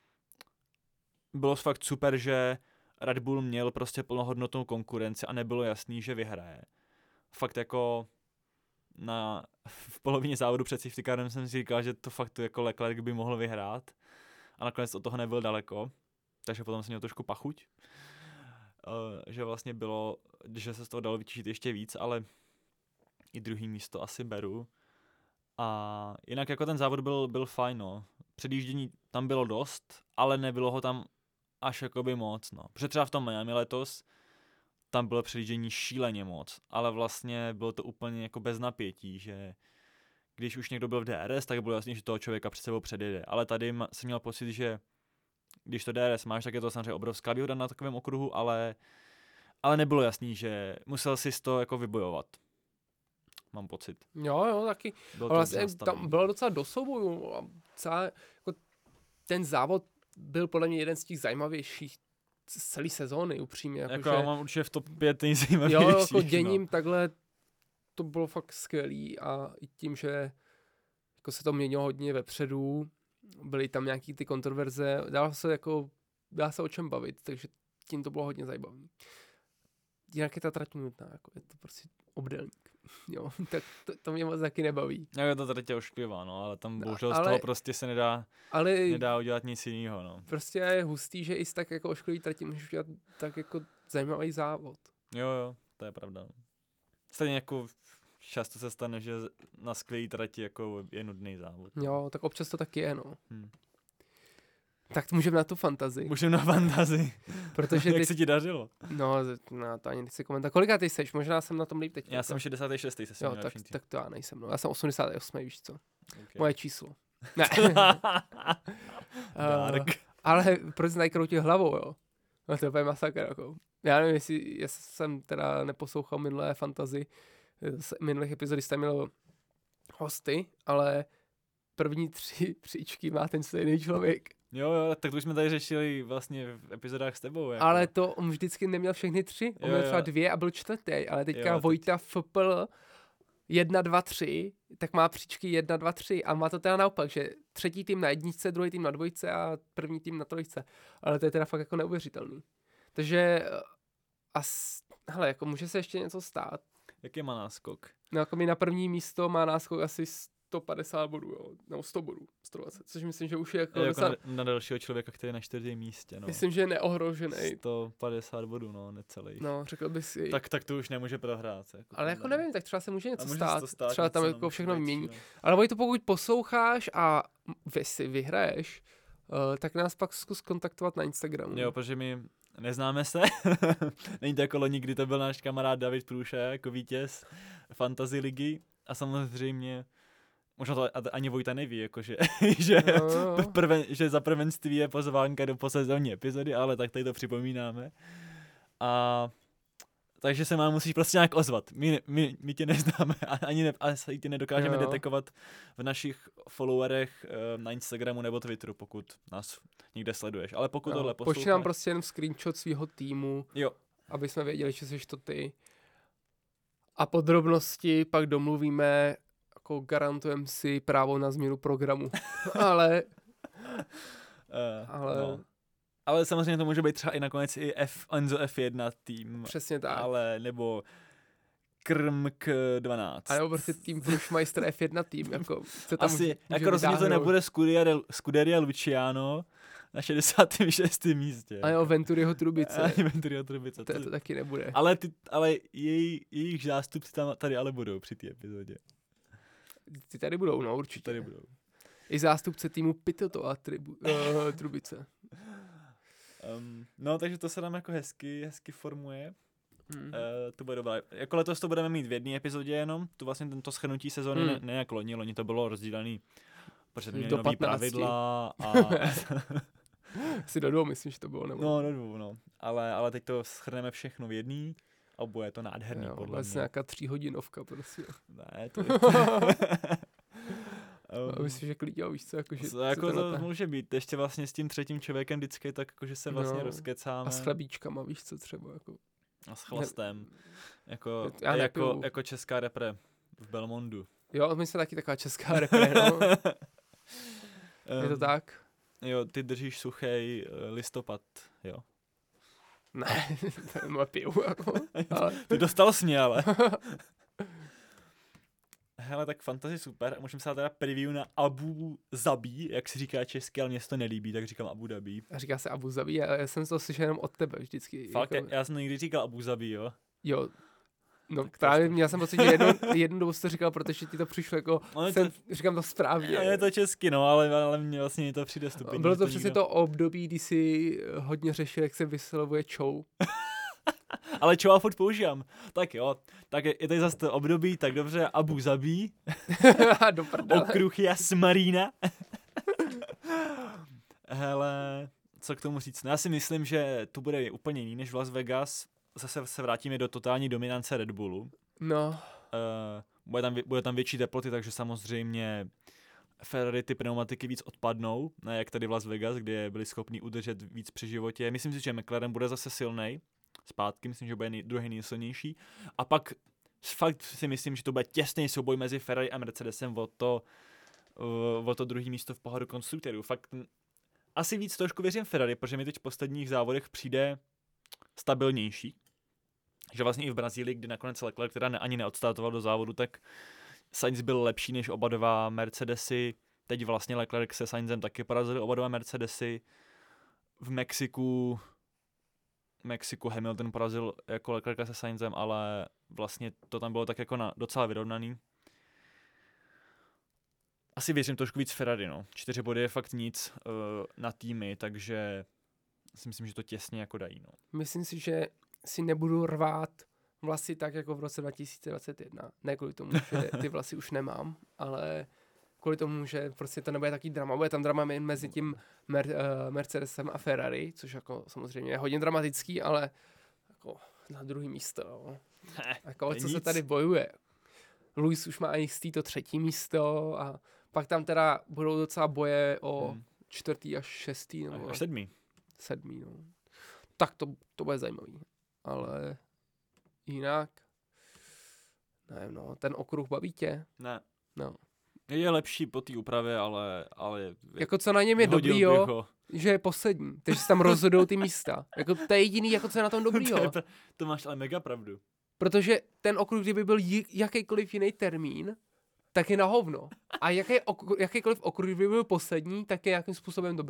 Bylo fakt super, že Red Bull měl prostě plnohodnotnou konkurenci a nebylo jasný, že vyhraje. Fakt jako na, v polovině závodu před safety carem jsem si říkal, že to fakt jako Leclerc by mohl vyhrát a nakonec od toho nebyl daleko, takže potom jsem měl trošku pachuť, uh, že vlastně bylo, že se z toho dalo vytěžit ještě víc, ale i druhý místo asi beru. A jinak jako ten závod byl, byl fajn, no. Předjíždění tam bylo dost, ale nebylo ho tam až jakoby moc, no. Protože třeba v tom Miami letos tam bylo předjíždění šíleně moc, ale vlastně bylo to úplně jako bez napětí, že když už někdo byl v D R S, tak bylo jasný, že toho člověka před sebou předjede. Ale tady ma, jsem měl pocit, že když to D R S máš, tak je to samozřejmě obrovská výhoda na takovém okruhu, ale, ale nebylo jasný, že musel si to jako vybojovat. Mám pocit. Jo, jo, taky. Bylo ale vlastně tam bylo docela do souboju. Jako ten závod byl podle mě jeden z těch zajímavějších z celé sezóny, upřímně. Jako, jako že, já mám určitě v top pět nejzajímavějších. Jo, jako děním no. Takhle to bylo fakt skvělý a i tím, že jako se to měnilo hodně vepředu, byly tam nějaký ty kontroverze, dalo se jako, dá se o čem bavit, takže tím to bylo hodně zajímavý. Jinak je ta trať nutná, jako je to prostě obdélník. Jo, tak to, to mě moc taky nebaví. No, je to trať je ošklivá, no, ale tam bohužel ale, z toho prostě se nedá, ale nedá udělat nic jiného, no. Prostě je hustý, že i z tak jako ošklivý trati můžeš udělat tak jako zajímavý závod. Jo, jo, to je pravda. Stejně jako často se stane, že na skvělý trati jako je nudný závod. Jo, tak občas to taky je, no. Hmm. Tak můžeme na tu fantazii. Můžeme na fantazii. Protože Jak ty... se ti dařilo? No, no, to ani nechci komentovat. Kolika ty seš? Možná jsem na tom líp teď. Já jsem šedesát šest se Jo, tak, tak to já nejsem. No. Já jsem osmdesát osm, víš co. Okay. Moje číslo. Ne. Dark. Uh, ale proč jsi najkroutil hlavou, jo? No to je úplně masakr, jako. Já nevím, jestli, jestli jsem teda neposlouchal minulé fantasy, z minulých epizody jste měl hosty, ale první tři příčky má ten stejný člověk. Jo, jo, tak to už jsme tady řešili vlastně v epizodách s tebou. Jako. Ale to on vždycky neměl všechny tři, on jo, měl třeba jo. dvě a byl čtvrtý, ale teďka jo, Vojta F P L jedna, dva, tři, tak má příčky jedna, dva, tři a má to teda naopak, že třetí tým na jedničce, druhý tým na dvojce a první tým na trojce. Ale to je teda fakt jako neuvěřitelný. Takže as, hele, jako může se ještě něco stát. Jaký má náskok? No jako mi na první místo má náskok asi sto padesát bodů, jo, nebo sto bodů, sto dvacet, což myslím, že už je jako... Je docela... jako na, na dalšího člověka, který je na čtvrtém místě, no. Myslím, že je neohrožený. sto padesát bodů, no, necelý. No, řekl bych si. Tak, tak to už nemůže prohrát. Jako ale jako nevím, tak třeba se může něco může stát. stát. Třeba tam jako všechno vymění. Ale Vojto, pokud posloucháš a vy si vyhraješ, uh, tak nás pak zkus kontaktovat na Instagramu. Jo, protože my neznáme se. Není to jako loni, kdy to byl náš kamarád David Průša jako vítěz Fantasy ligy. A samozřejmě, možná to ani Vojta neví, jakože, že, No. prven, že za prvenství je pozvánka do posezónní epizody, ale tak tady to připomínáme. A takže se mám musíš prostě nějak ozvat. My, my, my tě neznáme a ani ne, asi tě nedokážeme Jo. detekovat v našich followerech uh, na Instagramu nebo Twitteru, pokud nás někde sleduješ. Ale pokud Jo. tohle Pošli posloucháš... nám prostě jen screenshot svého týmu, Jo, aby jsme věděli, že jsi to ty. A podrobnosti pak domluvíme, jako garantujeme si právo na změnu programu. Ale, uh, ale no. Ale samozřejmě to může být třeba i nakonec i F, Enzo F jedna tým. přesně tak. Ale nebo Krmk dvanáct. A nebo prostě tým Flushmeister F jedna tým, jako se tam Asi, může, jako rozhodně to nebude Scuderia, Scuderia Luciano na šedesátém šestém místě. A jo, Venturiho Trubice. A Venturiho Trubice. To, to taky nebude. Ale, ty, ale jej, jejich zástupci tam tady ale budou při té epizodě. Ty tady budou, no určitě. Tady budou. I zástupce týmu Pitoto a tribu, uh, Trubice. Um, no, takže to se nám jako hezky, hezky formuje. Hmm. Uh, to bude dobré. Jako letos to budeme mít v jedné epizodě jenom, tu vlastně tento shrnutí sezóny, Hmm. ne, ne jak loni, loni to bylo rozdělený, protože jsme měli Do nový patnácti. pravidla a... Si do dvou, myslím, že to bylo. Nebo... no, do dvou, no. Ale, ale teď to shrneme všechno v jedný a bude to nádherný, jo, podle vlastně mě. nějaká tříhodinovka prostě. Ne, to je... A myslím, že klidně, víš co, jako, že Co, jako co to na- může být, ještě vlastně s tím třetím člověkem vždycky tak jako, že se vlastně No, rozkecáme. a s chlebíčkama, víš co třeba, jako. A s chlastem. Jako, Já jako, nepiju. jako česká repre v Belmondu. Jo, my jsme taky taková česká repre, no. Je to Em, tak? Jo, ty držíš suchej eh, listopad, jo. Ne, to moje piju, jako. Ale... Ty dostal jsi mě, ale. Hele, tak fantasy super. A můžeme se dát teda preview na Abu Zabí, jak se říká česky, ale mě se to nelíbí, tak říkám Abu Dhabi. A říká se Abu Zabi, a já jsem to slyšel jenom od tebe vždycky. Fakt, jako, já jsem někdy říkal Abu Zabí, jo. Jo. No Tak to právě je měl jsem pocit, že jednu, jednu dobu jsi to říkal, protože ti to přišlo jako, Ono je jsem, to- říkám to správně. Je to česky, no, ale, ale mě vlastně to přijde stupidní. Bylo že to přesně nikdo- to období, kdy jsi hodně řešil, jak se vyslovuje čou. Ale čo já furt používám. Tak jo, tak je, je tady zase to období, tak dobře, Abu Zabí, Do prdele. okruh Jasmarína. Hele, co k tomu říct? No, já si myslím, že to bude úplně jiný než v Las Vegas. Zase se vrátíme do totální dominance Red Bullu. No, Uh, bude, tam, vě- bude tam větší teploty, takže samozřejmě Ferrari ty pneumatiky víc odpadnou, ne jak tady v Las Vegas, kde byli schopni udržet víc při životě. Myslím si, že McLaren bude zase silnej zpátky, myslím, že bude nej, druhý nejsilnější. A pak fakt si myslím, že to bude těsný souboj mezi Ferrari a Mercedesem o to, uh, o to druhé místo v pohodu konstruktorů. Fakt n- asi víc trošku věřím Ferrari, protože mi teď v posledních závodech přijde stabilnější. Že vlastně i v Brazílii, kdy nakonec Leclerc, která ne, ani neodstartoval do závodu, tak Sainz byl lepší než oba dva Mercedesy. Teď vlastně Leclerc se Sainzem taky porazili oba dva Mercedesy. V Mexiku Mexiku Hamilton porazil jako Leclerca se Sainzem, ale vlastně to tam bylo tak jako na, docela vyrovnaný. Asi věřím trošku víc Ferrari, no. Čtyři body je fakt nic uh, na týmy, takže si myslím, že to těsně jako dají, no. myslím si, že si nebudu rvát vlasy tak, jako v roce dva tisíce dvacet jedna. Ne kvůli tomu, že ty vlasy už nemám, ale kvůli tomu, že prostě to nebude taký drama. Bude tam drama jen mezi tím Mer- uh, Mercedesem a Ferrari, což jako samozřejmě je hodně dramatický, ale jako na druhý místo. Jo. Jako, to je co se nic. tady bojuje. Luis už má jistý to třetí místo a pak tam teda budou docela boje o Hmm. čtvrtý až šestý nebo Až sedmý. sedmý. No. Tak to, to bude zajímavý. Ale jinak, nevím, no, ten okruh baví tě. Ne. No. Je lepší po té úpravě, ale, ale Jako co na něm je hodil dobrý, bych jo, ho. že je poslední, takže se tam rozhodou ty místa. Jako to je jediný, jako co je na tom dobrý, to, je, jo. pra- to máš ale mega pravdu. Protože ten okruh, kdyby byl j- jakýkoliv jiný termín, tak je na hovno. A jaký okruh, jakýkoliv okruh, kdyby byl poslední, tak je nějakým způsobem dobrý.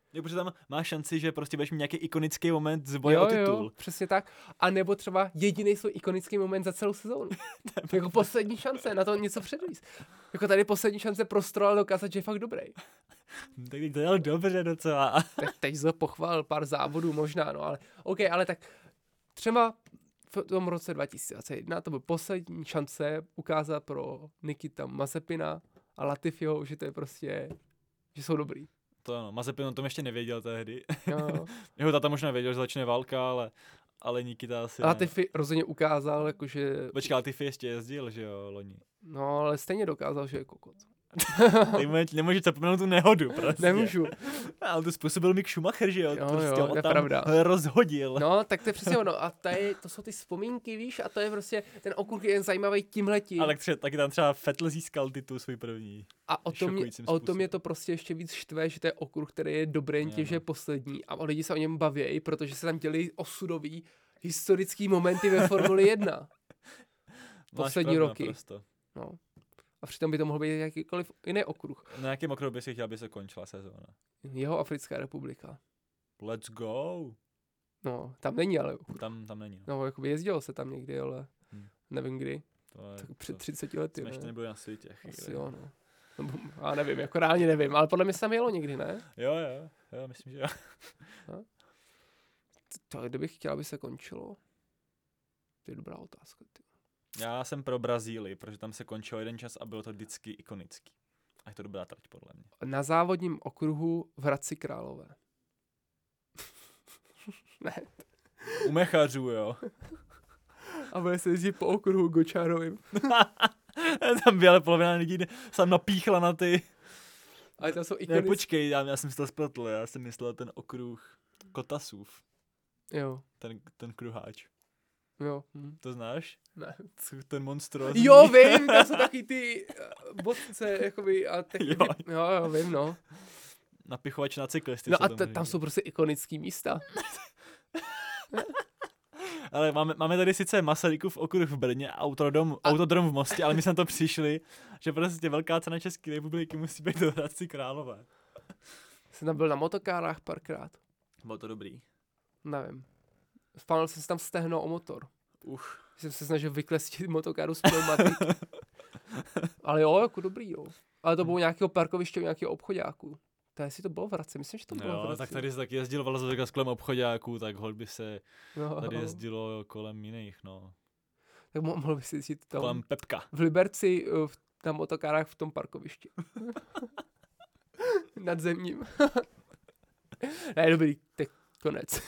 Jo, protože tam máš šanci, že prostě budeš mít nějaký ikonický moment z boje jo, o titul. Jo, přesně tak. A nebo třeba jediný svůj ikonický moment za celou sezónu. Jako poslední šance na to něco předvíst. Jako tady poslední šance pro Strolla dokázat, že je fakt dobrý. Tak to dělal dobře docela. Tak teď se pochválil pár závodů možná, no ale OK, ale tak třeba v tom roce dva tisíce dvacet jedna to byl poslední šance ukázat pro Nikita Mazepina a Latifiho, že to je prostě, že jsou dobrý. To ano, Mazepin o tom ještě nevěděl tehdy. Jo. Jeho tata možná věděl, že začne válka, ale, ale Nikita asi Latifi rozhodně ukázal, jakože... Počkej, Latifi ještě jezdil, že jo, loni. No, ale stejně dokázal, že je kokot. Ty nemůžeš zapomenout tu nehodu, prostě. Nemůžu. Ale to způsobil Mick Schumacher, že jo? Jo, prostě jo, ho to je tam pravda. rozhodil. No, tak to je přesně ono. A to, je, to jsou ty vzpomínky, víš, a to je prostě, ten okruh je jen zajímavý tímhletím. Ale třeba, taky tam třeba Vettel získal titul svůj první. A o tom, mě, o tom je to prostě ještě víc štve, že to je okruh, který je dobrý, jen tě, že je poslední. A lidi se o něm baví, protože se tam děli osudový historický momenty ve Formuli jedna. Poslední pravda, roky. Prosto. No. A přitom by to mohl být jakýkoliv jiný okruh. Na jakém okruhu by si chtěl, aby se končila sezóna? Jeho Africká republika. Let's go. No, tam není, ale... Tam, tam není. No, jakoby jezdilo se tam někdy, ale Hmm. nevím kdy. To je, Tak před to, třiceti lety, jsme ještě ne? nebyli na světě. Asi jo, no. Nebo, já nevím, jako reálně nevím, ale podle mě se tam jelo někdy, ne? Jo, jo, jo, myslím, že jo. To, kdybych chtěl, aby se končilo. To je dobrá otázka, ty. Já jsem pro Brazílii, protože tam se končil jeden čas a bylo to vždycky ikonický. A je to dobrá trať, podle mě. Na závodním okruhu v Hradci Králové. Ne. U mechařů, jo. A bude se jezdit po okruhu Gočárovým. Tam by ale polovina lidí sam napíchla na ty... Ale tam jsou Ne, ikonické. počkej, já, já jsem si to spletl, já jsem myslel ten okruh Kotasův. Jo, Ten, ten kruháč. jo. Hm. To znáš? Ne. Ten monstrózní. Jo, vím, tam jsou taky ty uh, bodce, jakoby, a tak, Jo. jo. jo, jo, vím, no. Napichovač na cyklisty. No se a tomu t- říká. tam jsou prostě ikonický místa. Ale máme, máme tady sice Masarykův okruh v Brně, autodrom, A- autodrom v Mostě, ale my jsme na to přišli, že prostě velká cena České republiky musí být do Hradci Králové. Jsem tam byl na motokárách párkrát. Bylo to dobrý. Nevím. Spálil jsem si tam stehno o motor. Uch. Jsem se snažil vyklestit motokáru z pneumatiky. Ale jo, jako dobrý, jo. Ale to bylo nějakého parkoviště, nějakého obchodáku. To jestli to bylo v Hradci, myslím, že to bylo v Jo, Hradci. tak tady se tak jezdil v Las Vegas kolem obchodáků, tak hol by se Jo. tady jezdilo kolem jiných, no. Tak mo- mohl by si jezdit tam Kolem Pepka. v Liberci uh, v, na motokárách v tom parkovišti. Nad zemním. Ne, dobrý, tak konec.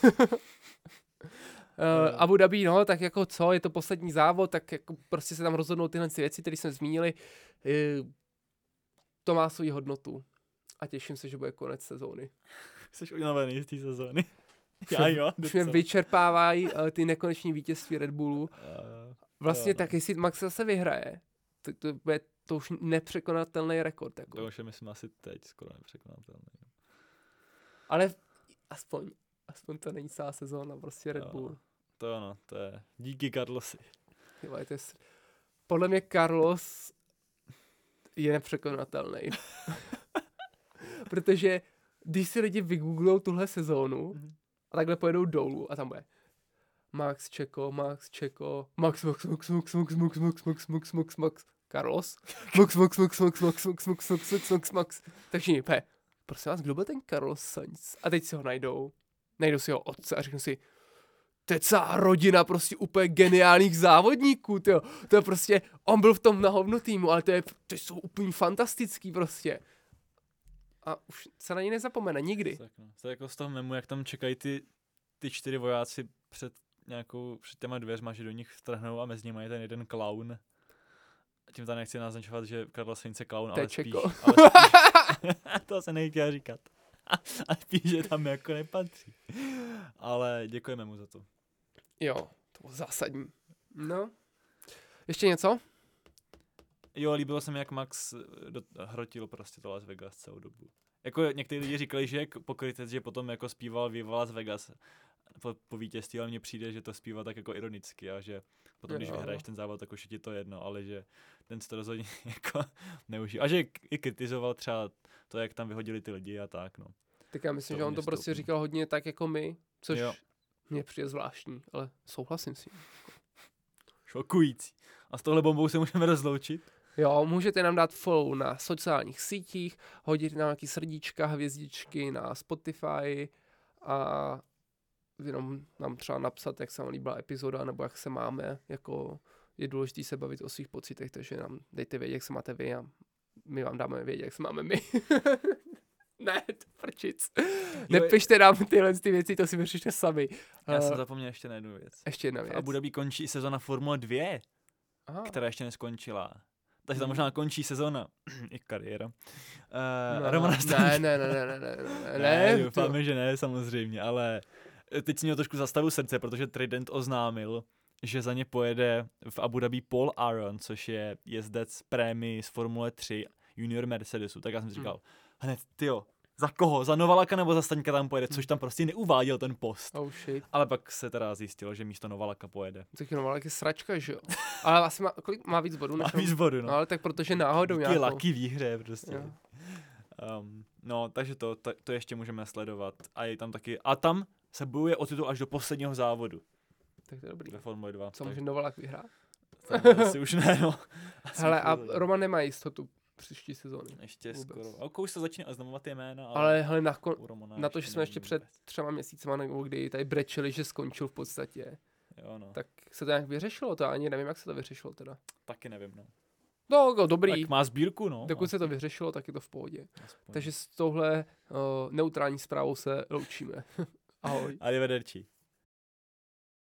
Uh, Abu Dhabi, no, tak jako co, je to poslední závod, tak jako prostě se tam rozhodnou tyhle věci, které jsme zmínili. Uh, to má svou hodnotu. A těším se, že bude konec sezóny. Jsi unavený z té sezóny. Já jo, Už mě vyčerpávají uh, ty nekoneční vítězství Red Bullu. Uh, Vlastně jo, no. tak, jestli Max zase vyhraje, to, to bude to už nepřekonatelný rekord. Jako. To už je, myslím, asi teď skoro nepřekonatelný. Ale aspoň, aspoň to není celá sezóna, prostě Red Jo, Bull. To jo, no, to je díky Carlosi. Tyhle, to je, s- podle mě Carlos je nepřekonatelný. Protože když si lidi vygooglou tuhle sezónu a takhle pojedou dolů a tam bude Max Čeko, Max Čeko, Max, Max, Max, Max, Max, Max, Max, Max, Max, Max, Max, Carlos, Max, Max, Max, Max, Max, Max, Max, Max, Max, Max, Max, takže mi pe, prosím vás, kdo byl ten Carlos Sainz? A teď si ho najdou, najdou si ho otce a řeknou si, to je celá rodina prostě úplně geniálních závodníků, tyjo. To je prostě, on byl v tom na hovno týmu, ale to, je, to jsou úplně fantastický prostě. A už se na něj nezapomene, nikdy. Tak, no. To je jako z toho memu, jak tam čekají ty, ty čtyři vojáci před nějakou, před těma dveřma, že do nich vtrhnou a mezi nimi je ten jeden klaun. Tím tam nechci naznačovat, že Carlos Sainz je klaun, To je ale spíš, Čeko. ale spíš to se nechtěl říkat. A spíš, že tam jako nepatří. Ale děkujeme mu za to. Jo, to bylo zásadní. No. Ještě něco? Jo, líbilo se mi, jak Max do, hrotil prostě to Las Vegas celou dobu. Jako někteří lidi říkali, že je pokrytec, že potom jako zpíval Viva Las Vegas po, po vítězství, ale mně přijde, že to zpívá tak jako ironicky a že potom, když Jo. vyhraješ ten závod, tak už je ti to jedno, ale že ten si to rozhodně jako neužil. A že i kritizoval třeba to, jak tam vyhodili ty lidi a tak, no. Tak já myslím, to že on mě to prostě stoupí. říkal hodně tak jako my, což Jo. mně přijde zvláštní, ale souhlasím s tím. Šokující. A s tohle bombou se můžeme rozloučit? Jo, můžete nám dát follow na sociálních sítích, hodit nám nějaký srdíčka, hvězdičky na Spotify a jenom nám třeba napsat, jak se vám líbila epizoda, nebo jak se máme, jako je důležité se bavit o svých pocitech, takže nám dejte vědět, jak se máte vy a my vám dáme vědět, jak se máme my. Ne, to prčic. Nepište nám tyhle ty věci, to si vyřešte sami. Já Uh, jsem zapomněl ještě na jednu věc. ještě jedna V věc. Abu Dhabi končí sezona Formule dva, Aha. která ještě neskončila. Takže tam Hmm. možná končí sezona i kariéra. Uh, No, Romana ne, ne, ne, ne, ne, ne, ne, Ne, ne, doufáme, to- že ne, samozřejmě, ale teď si měl trošku zastavu srdce, protože Trident oznámil, že za ně pojede v Abu Dhabi Paul Aron, což je jezdec prémii z Formule tři junior Mercedesu. Tak já jsem si říkal, hned, tyjo, za koho? Za Novalaka nebo za Staňka tam pojede, což tam prostě neuváděl ten post. Oh shit. Ale pak se teda zjistilo, že místo Novalaka pojede. Tak jenom ale jak je sračka, že jo. Ale asi má, kolik, má víc bodů Má než víc bodu, no. No ale tak protože náhodou Díky nějakou. Lucky výhře prostě. Jo. Um, no, takže to, to, to ještě můžeme sledovat. A je tam taky, a tam se bojuje o titul až do posledního závodu Tak to je dobrý. ve Formule dva. Co tak může Novalak vyhrát? tam asi už ne, no. Asi Hele, už a ne. Roman nemá jistotu příští sezóny. Ještě vůbec. skoro. A už se začíná oznamovat jména, ale, Ale hele, na, kon, u Romana na to, že jsme ještě nevím před vůbec. třema měsícima, nebo kdy tady brečeli, že skončil v podstatě, Jo, no. tak se to nějak vyřešilo, to ani nevím, jak se to vyřešilo teda. Taky nevím, no. No, no dobrý. Tak má sbírku, no. Dokud se to vyřešilo, tak je to v pohodě. Aspoň. Takže s touhle uh, neutrální zprávou se loučíme. Ahoj. Arrivederci.